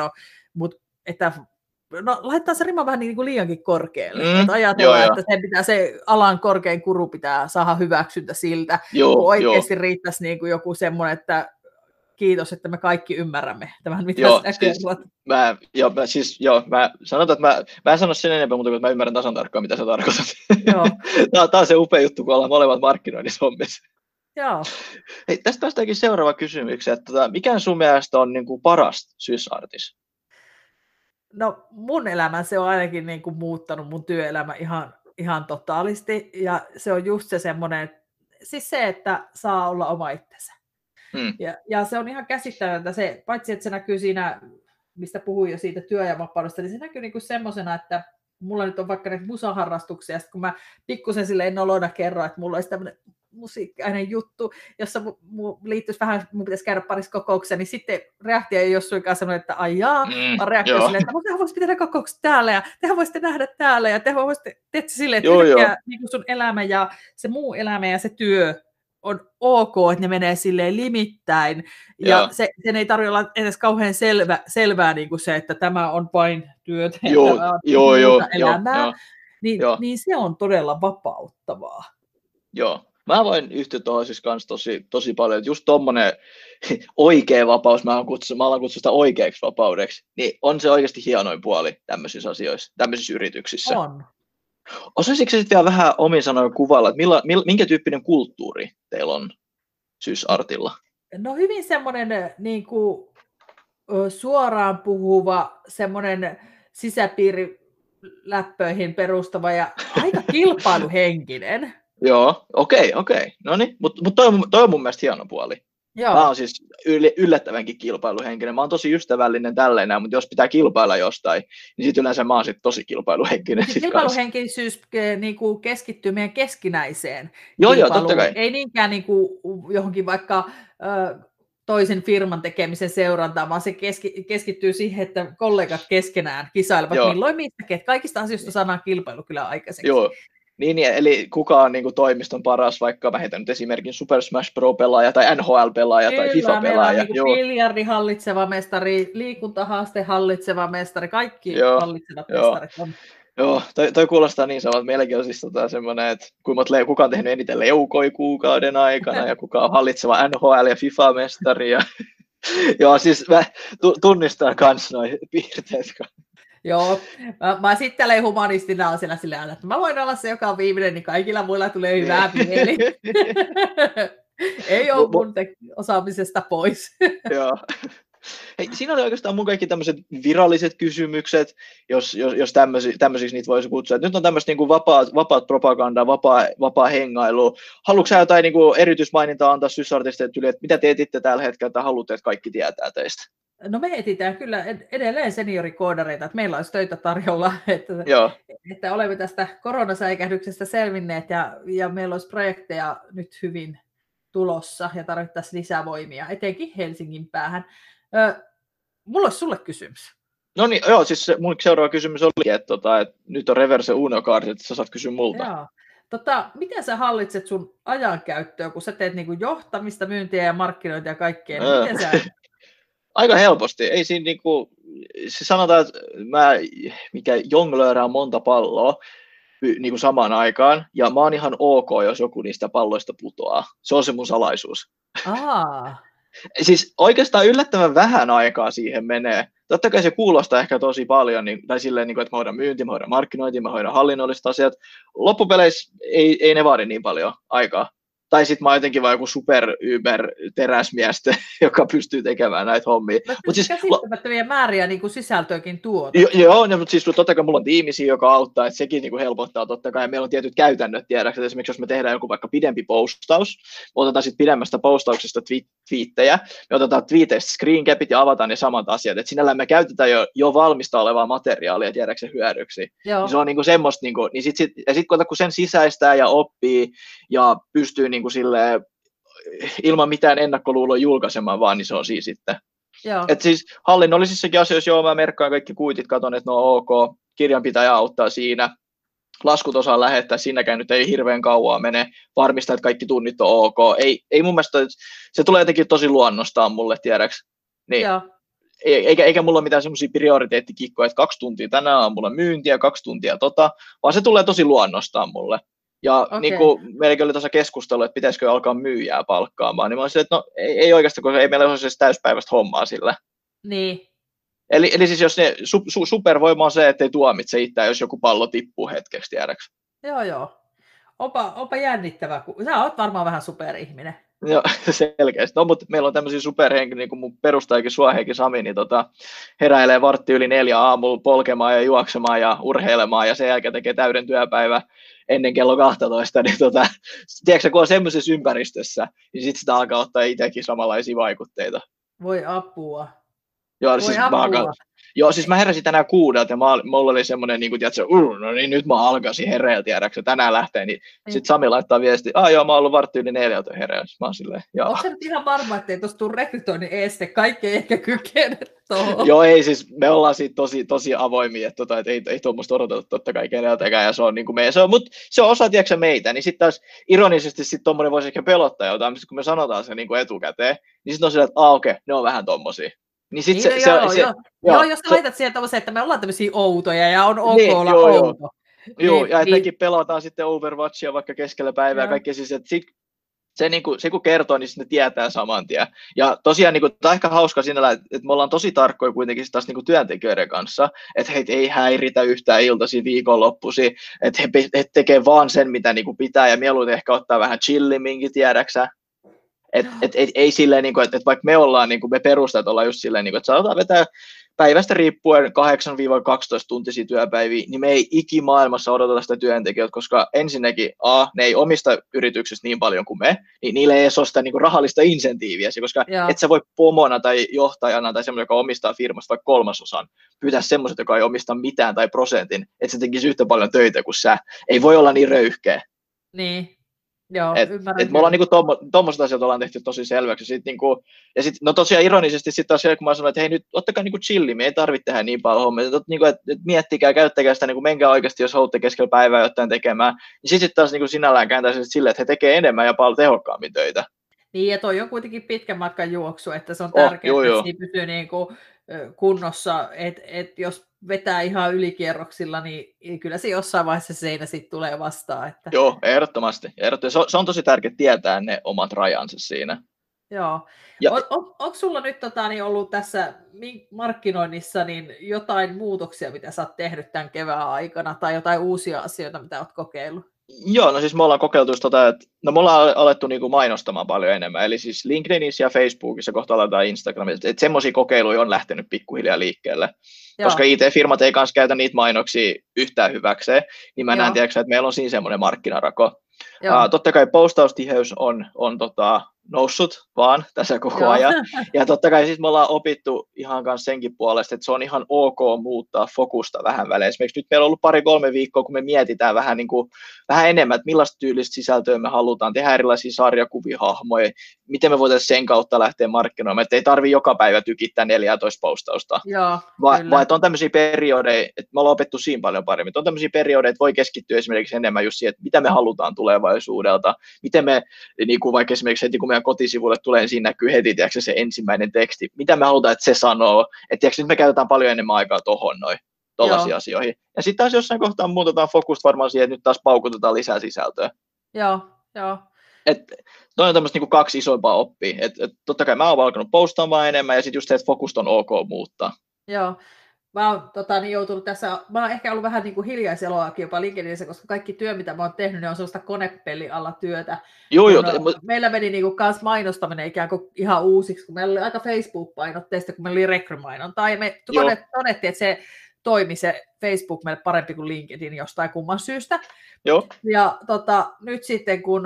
laittaa se rima vähän niin kuin liiankin korkealle. Että ajatellaan, että se alan korkein kuru pitää saada hyväksyntä siltä, kun oikeasti riittäisi niin kuin joku semmoinen, että kiitos, että me kaikki ymmärrämme tämän, mitä mä sanotaan, että mä en sano sen enempää, mutta mä ymmärrän tasan tarkkaan, mitä sä tarkoitat. Tämä on se upea juttu, kun ollaan molemmat markkinoinnissa hommissa. Joo. Hei, tästä päästäänkin seuraava kysymys, että mikä sun mielestä on niin kuin paras SysArtissa? No mun elämä, se on ainakin niin kuin muuttanut mun työelämä ihan totaalisti, ja se on just se semmoinen, siis se, että saa olla oma itsensä. Ja se on ihan käsittämätöntä, se, paitsi että se näkyy siinä, mistä puhuin jo siitä työajanvapaudesta, niin se näkyy niinku semmoisena, että mulla nyt on vaikka näitä musaharrastuksia, ja sitten kun mä pikkusen silleen nolona kerron, että mulla olisi tämmöinen musiikkainen juttu, jossa liittyisi vähän, mun pitäisi käydä parissa kokouksessa, niin sitten reaktio ei ole suinkaan semmoinen, että ai jaa, vaan reaktio silleen, että tehän voisitte tehdä kokoukset täällä, ja tehän voisitte nähdä täällä, ja tehän voisitte tehdä silleen, että niin sun elämä ja se muu elämä ja se työ on ok, että ne menee silleen limittäin, ja sen ei tarvitse olla edes kauhean selvää niin kuin se, että tämä on vain työtä ja tämä on elämää, niin se on todella vapauttavaa. Joo, mä voin yhtyä tuohon siis kanssa tosi paljon, että just tommonen oikea vapaus, mä alan kutsua sitä oikeaksi vapaudeksi, niin on se oikeasti hienoin puoli tämmöisissä asioissa, tämmöisissä yrityksissä. On. Osaisitko sitten vielä vähän omin sanoin kuvailla, että minkä tyyppinen kulttuuri teillä on SysArtilla? No hyvin semmoinen niin kuin suoraan puhuva, semmoinen sisäpiiriläppöihin perustava ja aika kilpailuhenkinen. Joo, okei. No niin, mutta toi on mun mielestä hieno puoli. Joo. Mä oon siis yllättävänkin kilpailuhenkinen. Mä oon tosi ystävällinen tälleen, mutta jos pitää kilpailla jostain, niin sit yleensä mä oon sit tosi kilpailuhenkinen. Kilpailuhenkisyys niinku keskittyy meidän keskinäiseen Joo, totta kai. Ei niinkään niinku johonkin vaikka toisen firman tekemisen seurantaan, vaan se keskittyy siihen, että kollegat keskenään kisailevat milloin mistäkin. Kaikista asioista saadaan kilpailu kyllä aikaiseksi. Joo. Niin, eli kuka on niin kuin toimiston paras, vaikka mä heitän nyt esimerkin Super Smash Pro-pelaaja tai NHL-pelaaja tai FIFA-pelaaja. Kyllä, biljardi hallitseva mestari, liikuntahaaste hallitseva mestari, kaikki hallitsevat mestarit on. Joo, toi kuulostaa niin samalta. Meilläkin on siis semmoinen, että kuka on tehnyt eniten leukoja kuukauden aikana ja kuka on hallitseva NHL- ja FIFA-mestari. Joo, siis mä tunnistan kans noi piirteet. Joo, mä sitten tälleen humanistina on siellä sillä että mä voin olla se, joka on viimeinen, niin kaikilla muilla tulee hyvää mieli. Ei ole mun osaamisesta pois. Joo. Hei, siinä oli oikeastaan mun kaikki tämmöiset viralliset kysymykset, jos tämmöisiksi niitä voisi kutsua. Nyt on tämmöistä niin kuin vapaat propagandaa, vapaa hengailu. Haluatko sä jotain niin kuin erityismainintaa antaa SysArtista, että mitä te etitte tällä hetkellä, että haluatte, että kaikki tietää teistä? No me etsitään kyllä edelleen seniorikoodareita, että meillä olisi töitä tarjolla, että olemme tästä koronasäikähdyksestä selvinneet ja meillä olisi projekteja nyt hyvin tulossa ja tarvittaisiin lisävoimia, etenkin Helsingin päähän. Mulla olisi sulle kysymys. No niin, joo, siis mun seuraava kysymys oli, että nyt on reverse uno-kaarti, että sä saat kysyä multa. Joo. Miten sä hallitset sun ajankäyttöä, kun sä teet niinku johtamista, myyntiä ja markkinointia ja kaikkea, niin miten sä... Aika helposti. Ei siinä niinku, siis sanotaan, että mä jonglöörään monta palloa, niin kuin samaan aikaan, ja mä oon ihan ok, jos joku niistä palloista putoaa. Se on se mun salaisuus. Siis oikeastaan yllättävän vähän aikaa siihen menee. Totta kai se kuulostaa ehkä tosi paljon, tai silleen, että mä hoidan myynti, mä hoidan markkinointi, mä hoidan hallinnolliset asiat. Loppupeleissä ei ne vaadi niin paljon aikaa. Tai sitten mä oon jotenkin vaan joku teräsmiestä, joka pystyy tekemään näitä hommia. Mutta siis käsittämättömiä määriä niin kuin sisältöäkin tuota. Joo, mutta siis totta kai mulla on tiimisiä, joka auttaa, että sekin niin kuin helpottaa totta kai. Meillä on tietyt käytännöt tiedäksä, esimerkiksi jos me tehdään joku vaikka pidempi postaus, me otetaan sitten pidemmästä postauksesta twiittejä, me otetaan twiiteistä screencapit ja avataan ne samat asiat. Et sinällään me käytetään jo valmista olevaa materiaalia, tiedäksä, hyödyksi. Niin se on niin kuin semmoista, niin kuin, niin sitten kun sen sisäistää ja oppii ja pystyy niin kuin silleen, ilman mitään ennakkoluuloa julkaisemaan vaan, niin se on siis sitten. Et siis hallinnollisissakin asioissa, mä merkkaan kaikki kuitit, katson, että ne on ok, kirjanpitäjä auttaa siinä, laskut osaan lähettää, siinäkään nyt ei hirveän kauaa mene, varmistaa, että kaikki tunnit on ok. Ei mun mielestä, se tulee jotenkin tosi luonnostaan mulle, tiedäks. Niin. Eikä mulla ole mitään semmoisia prioriteettikikkoja, että 2 tuntia tänään on mulla myyntiä, 2 tuntia vaan se tulee tosi luonnostaan mulle. Ja niin kuin meilläkin oli tuossa keskustelu, että pitäisikö alkaa myyjää palkkaamaan, niin mä olisin, että no ei oikeastaan, koska ei meillä ole siis täyspäiväistä hommaa sillä. Niin. Eli siis jos ne supervoima on se, ettei tuomitse itseään, jos joku pallo tippuu hetkeksi, tiedäks. Joo. Onpa jännittävä. Sä oot varmaan vähän superihminen. Joo, selkeästi. No, mutta meillä on tämmöisiä superhenkilöitä, niin kuin mun perustajakin Suoheikki Sami, niin heräilee 3:15 aamulla polkemaan ja juoksemaan ja urheilemaan, ja sen jälkeen tekee täyden työpäivä ennen kello 12, niin tiedätkö, kun on semmoisessa ympäristössä, niin sitten sitä alkaa ottaa itsekin samanlaisia vaikutteita. Voi apua. Joo, siis mä heräsin tänään 6 ja mulla oli semmoinen, niin kuin, tiedätkö, no niin nyt mä alkaisin hereillä, tiedätkö, tänään lähtee, niin sitten Sami laittaa viesti, joo, mä oon ollut 3:15 hereillä, mä oon silleen, joo. Onko se nyt ihan varma, ettei tuossa tule rekrytoinnin este, kaikki ei ehkä kykene tuohon? Joo, ei siis, me ollaan siitä tosi avoimia, että ei tuommoista odoteta totta kai keneltäkään, ja se on niin kuin mutta se on osa, tiedätkö, meitä, niin sitten taas ironisesti sitten tommoinen voisi ehkä pelottaa jotain, mutta kun me sanotaan se niin kuin etukäteen, niin sitten on silleen, että okei, ne on vähän tommosia. Niin jos sä laitat siihen tommosen, että me ollaan tämmöisiä outoja ja on ok olla outo. Joo, ja että mekin pelataan sitten Overwatchia vaikka keskellä päivää ja kaikkea siis, että se kun kertoo, niin ne tietää saman tien. Ja tosiaan tämä on ehkä hauska sinällä, että me ollaan tosi tarkkoja kuitenkin taas työntekijöiden kanssa, että heitä ei häiritä yhtään iltaisin viikonloppuisin, että he tekee vaan sen, mitä pitää, ja mieluiten ehkä ottaa vähän chillimminkin, tiedäksä. Ei silleen, että vaikka me ollaan, me perustajat ollaan just silleen, että saadaan vetää päivästä riippuen 8-12 tuntisia työpäiviä, niin me ei ikimaailmassa odoteta sitä työntekijöitä, koska ensinnäkin ne ei omista yrityksistä niin paljon kuin me, niin niille ei edes ole sitä rahallista insentiiviä, koska et sä voi pomona tai johtajana tai semmoinen, joka omistaa firmasta vaikka 1/3, pyytää semmoiset, joka ei omista mitään tai prosentin, että se tekisi yhtä paljon töitä kuin sä. Ei voi olla niin röyhkeä. Niin. Joo, me ollaan tuommoiset asiat ollaan tehty tosi selväksi. Ja sit, no tosiaan ironisesti sitten taas kun mä sanoin, että hei nyt ottakaa chilli, me ei tarvitse tehdä niin paljon hommia, että miettikää, käyttäkää sitä, menkää oikeasti, jos haluatte keskellä päivää jotain tekemään, niin sitten taas sinällään kääntäisi silleen, että he tekee enemmän ja paljon tehokkaammin töitä. Niin, ja toi on kuitenkin pitkän matkan juoksu, että se on tärkeää, että siinä pysyy kunnossa, että jos vetää ihan ylikierroksilla, niin kyllä se jossain vaiheessa seinä sitten tulee vastaan. Että... Joo, ehdottomasti. Se on tosi tärkeää tietää ne omat rajansa siinä. Joo. Onko sulla nyt ollut tässä markkinoinnissa niin jotain muutoksia, mitä sä oot tehnyt tämän kevään aikana, tai jotain uusia asioita, mitä oot kokeillut? Joo, no siis me ollaan kokeiltu että me ollaan alettu mainostamaan paljon enemmän, eli siis LinkedInissä ja Facebookissa, kohta aletaan Instagramissa, että semmoisia kokeiluja on lähtenyt pikkuhiljaa liikkeelle, koska IT-firmat ei kanssa käytä niitä mainoksia yhtään hyväkseen, niin mä näen tiedätkö, että meillä on siinä semmoinen markkinarako. Totta kai postaustiheys on noussut vaan tässä koko ajan. Ja totta kai siis me ollaan opittu ihan kanssa senkin puolesta, että se on ihan ok muuttaa fokusta vähän välein. Esimerkiksi nyt meillä on ollut 2-3 viikkoa, kun me mietitään vähän enemmän, että millaista tyylistä sisältöä me halutaan, tehdä erilaisia sarjakuvihahmoja, miten me voitaisiin sen kautta lähteä markkinoimaan, että ei tarvitse joka päivä tykittää 14 postausta. Vaan että on tämmöisiä periodeja, että me ollaan opettu siinä paljon paremmin, että on tämmöisiä periodeja, että voi keskittyä esimerkiksi enemmän just siihen, että mitä me halutaan tulevaisuudelta, miten me, vaikka esimerkiksi heti kun meidän kotisivuille tulee, niin siinä näkyy heti se ensimmäinen teksti, mitä me halutaan, että se sanoo, että nyt me käytetään paljon enemmän aikaa tohon noin. tuollaisiin asioihin. Ja sitten taas jossain kohtaa muutetaan fokusta varmaan siihen, että nyt taas paukutetaan lisää sisältöä. Joo. Toi on tämmöistä niin 2 isompaa oppia. Totta kai mä oon alkanut postaamaan enemmän, ja sitten just se, että fokusta on ok muuttaa. Joo. Mä oon joutunut tässä, mä oon ehkä ollut vähän niin kuin hiljaiseloakin jopa LinkedInissä, koska kaikki työ, mitä mä oon tehnyt, niin on sellaista konepeli alla työtä. Meillä meni niin kuin kans mainostaminen ikään kuin ihan uusiksi, kun meillä oli aika Facebook-painotteista, kun meillä oli rekrymainontaa, ja me todettiin, että se toimi se Facebook meille parempi kuin LinkedIn jostain kumman syystä. Joo. Ja nyt sitten, kun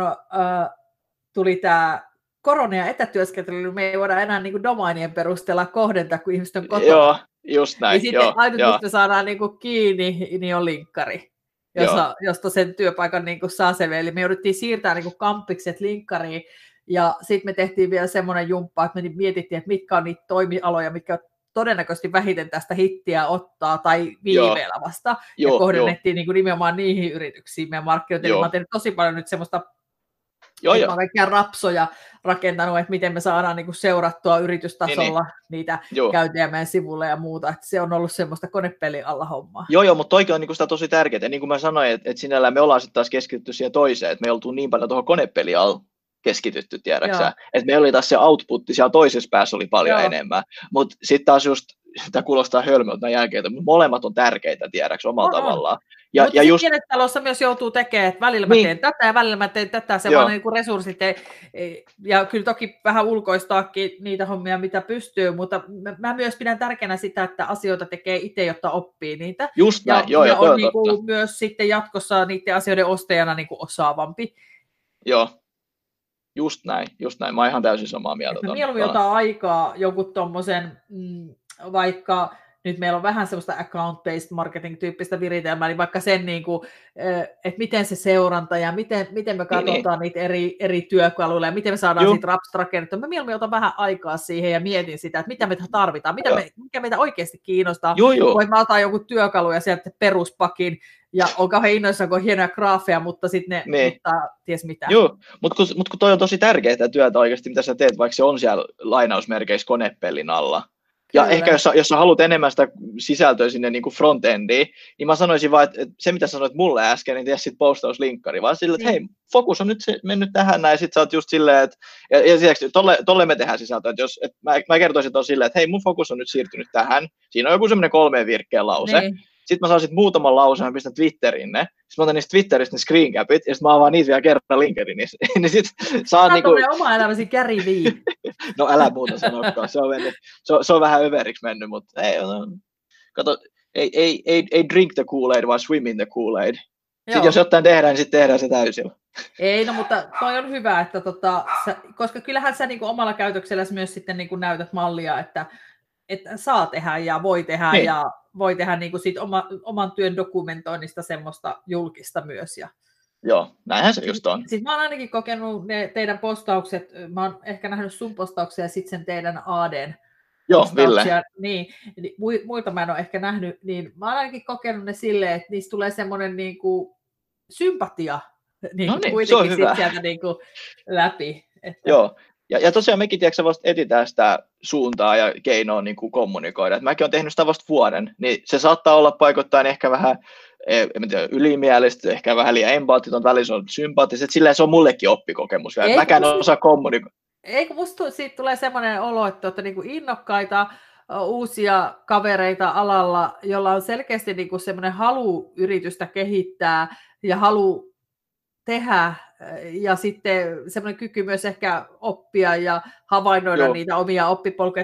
tuli tämä korona- ja etätyöskentely, niin me ei voida enää niin kuin domainien perusteella kohdentaa, kun ihmiset on kotona. Joo, just näin. Ja sitten ainut, mistä me saadaan niin kuin kiinni, niin on linkkari, josta sen työpaikan niin kuin saa se. Eli me jouduttiin siirtämään niin kuin kampikset linkkariin, ja sitten me tehtiin vielä semmoinen jumppa, että me mietittiin, että mitkä on niitä toimialoja, mitkä todennäköisesti vähiten tästä hittiä ottaa tai viiveellä vasta, ja kohdennettiin niin kuin nimenomaan niihin yrityksiin meidän markkinointiin. Mä oon tehnyt tosi paljon nyt semmoista, mä oon kaikkia rapsoja rakentanut, että miten me saadaan niin kuin seurattua yritystasolla niitä käyntejä meidän sivulle ja muuta, että se on ollut semmoista konepelin alla hommaa. Joo, mutta toikin on niin kuin sitä tosi tärkeää, ja niin kuin mä sanoin, että sinällään me ollaan sitten taas keskitytty siihen toiseen, että me oltu niin paljon tuohon konepeliin alla keskitytty, tiedäksä, että meillä oli taas se outputti siellä toisessa päässä oli paljon enemmän, mutta sitten taas just, tämä kuulostaa hölmöltä tämän jälkeen, että molemmat on tärkeitä, tiedäksä, omalla tavallaan. Mutta just pienet talossa myös joutuu tekemään, että välillä mä teen tätä ja välillä mä teen tätä, se vaan niin kuin resurssit, ja kyllä toki vähän ulkoistaakin niitä hommia, mitä pystyy, mutta mä myös pidän tärkeänä sitä, että asioita tekee itse, jotta oppii niitä. Just näin, ja on niin kuin myös sitten jatkossa niiden asioiden ostajana niin kuin osaavampi. Joo. Just näin. Mä oon ihan täysin samaa mieltä. Mieluummin jotain aikaa jonkun tommosen, vaikka nyt meillä on vähän semmoista account-based marketing-tyyppistä viritelmää, niin vaikka sen, niin kuin, että miten se seuranta ja miten me katsotaan niitä eri työkaluja ja miten me saadaan siitä rapsista rakennettua. Mä mieluummin otan vähän aikaa siihen ja mietin sitä, että mitä me tarvitaan, mikä meitä oikeasti kiinnostaa. Voin mä otan joku työkalu ja sieltä peruspakin ja on kauhean innoissaan, kun on hienoja graafeja, mutta sitten ne mittaa ties mitä. Joo, mutta kun toi on tosi tärkeää työtä oikeasti, mitä sä teet, vaikka se on siellä lainausmerkeissä konepellin alla. Ja kyllä. Ehkä jos sä haluat enemmän sitä sisältöä sinne niin kuin front-endiin, niin mä sanoisin vaan, että se mitä sanoit mulle äsken, niin tee sitten postauslinkkari, vaan sille, että hei, fokus on nyt mennyt tähän näin, ja sit sä oot just silleen, että, ja sielläksi, tolle me tehdään sisältöä, että mä kertoisin ton silleen, että hei, mun fokus on nyt siirtynyt tähän, siinä on joku semmoinen 3 virkkeen lause, sitten mä saan sit muutaman lauseen, mä pistän Twitteriin ne, sitten mä otan niistä Twitteristä ne screencapit, ja sitten mä avaan niitä vielä kerran LinkedIniin, niin sit saa niinku... oma elämäsi Gary Vee. No älä muuta sanokaan, se on vähän överiksi mennyt, mutta kato, ei drink the Kool-Aid, vaan swim in the Kool-Aid. Sitten jos jotain tehdään, niin sitten tehdään se täysillä. Ei, no mutta toi on hyvä, että koska kyllähän sä niinku omalla käytökselläsi myös sitten niinku näytät mallia, että saa tehdä ja voi tehdä ja voi tehdä niinku siitä oman työn dokumentoinnista semmoista julkista myös. Joo, näinhän se just on. Siis mä oon ainakin kokenut ne teidän postaukset, mä oon ehkä nähnyt sun postauksia ja sitten sen teidän ADn postauksia. Niin, muita mä en ole ehkä nähnyt, niin mä oon ainakin kokenut ne silleen, että niistä tulee semmoinen niinku sympatia kuitenkin sit sieltä niinku läpi. Että... Joo. Ja tosiaan mekin tiedätkö, vasta etsitään sitä suuntaa ja keinoa niin kuin kommunikoida. Et mäkin olen tehnyt sitä vasta vuoden, niin se saattaa olla paikoittain ehkä vähän ylimielistä, ehkä vähän liian empaattiton, välillä on sympaattiset, silleen se on mullekin oppikokemus. Mäkään en osaa kommunikoida. Eikö musta siitä tulee semmoinen olo, että olette niinku innokkaita uusia kavereita alalla, jolla on selkeästi niinku semmoinen halu yritystä kehittää ja halu tehdä ja sitten semmoinen kyky myös ehkä oppia ja havainnoida niitä omia oppipolkuja.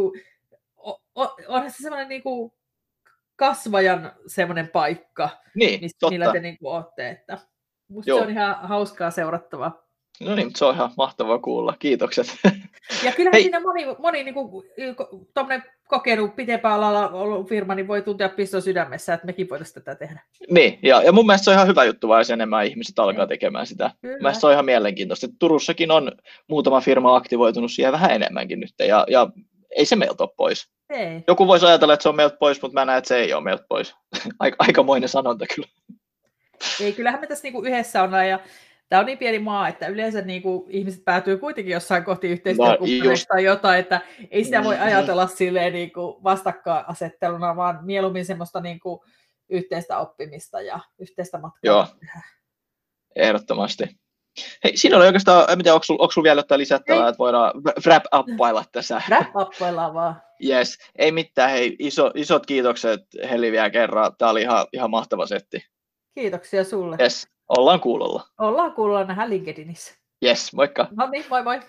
Onhan se semmoinen niinku kasvajan semmoinen paikka, millä te niinku olette. Että musta se on ihan hauskaa seurattavaa. No niin, se on ihan mahtavaa kuulla. Kiitokset. Ja kyllähän siinä moni niinku, kokenut pitempään alalla ollut firma, niin voi tuntea piston sydämessä, että mekin voitaisiin tätä tehdä. Niin, ja mun mielestä se on ihan hyvä juttu, vaan enemmän ihmiset alkaa tekemään sitä. Mielestäni se on ihan mielenkiintoista. Turussakin on muutama firma aktivoitunut siihen vähän enemmänkin nyt, ja ei se meiltä ole pois. Ei. Joku voisi ajatella, että se on meiltä pois, mutta mä näen, että se ei ole meiltä pois. Aikamoinen sanonta kyllä. Ei, kyllähän me tässä niinku yhdessä ollaan, ja tämä on niin pieni maa, että yleensä niin kuin ihmiset päätyy kuitenkin jossain kohti yhteistyökumppaneista tai jotain, että ei sitä voi ajatella silleen niin kuin vastakkainasetteluna, vaan mieluummin semmoista niin kuin yhteistä oppimista ja yhteistä matkaa. Joo, ehdottomasti. Hei, siinä oli oikeastaan, en tiedä, onko sulla vielä jotain lisättävää, että voidaan wrap-uppailla tässä. Wrap-uppaillaan vaan. Yes, ei mitään. Hei, isot kiitokset Heli vielä kerran. Tämä oli ihan mahtava setti. Kiitoksia sulle. Yes, ollaan kuulolla. Ollaan kuulolla, nähdään LinkedInissä. Yes, moikka. No niin, moi moi.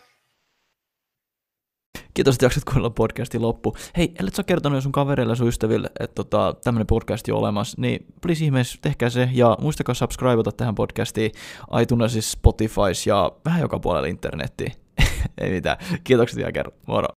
Kiitos, että jaksat kuunnella podcastin loppu. Hei, ellet sä kertonut sun kavereille ja sun ystäville, että tämmönen podcasti on olemassa, niin please ihmeessä tehkää se, ja muistakaa subscribeata tähän podcastiin iTunesissa, Spotifys ja vähän joka puolella internettiin. Ei mitään. Kiitokset vielä kerran. Moro.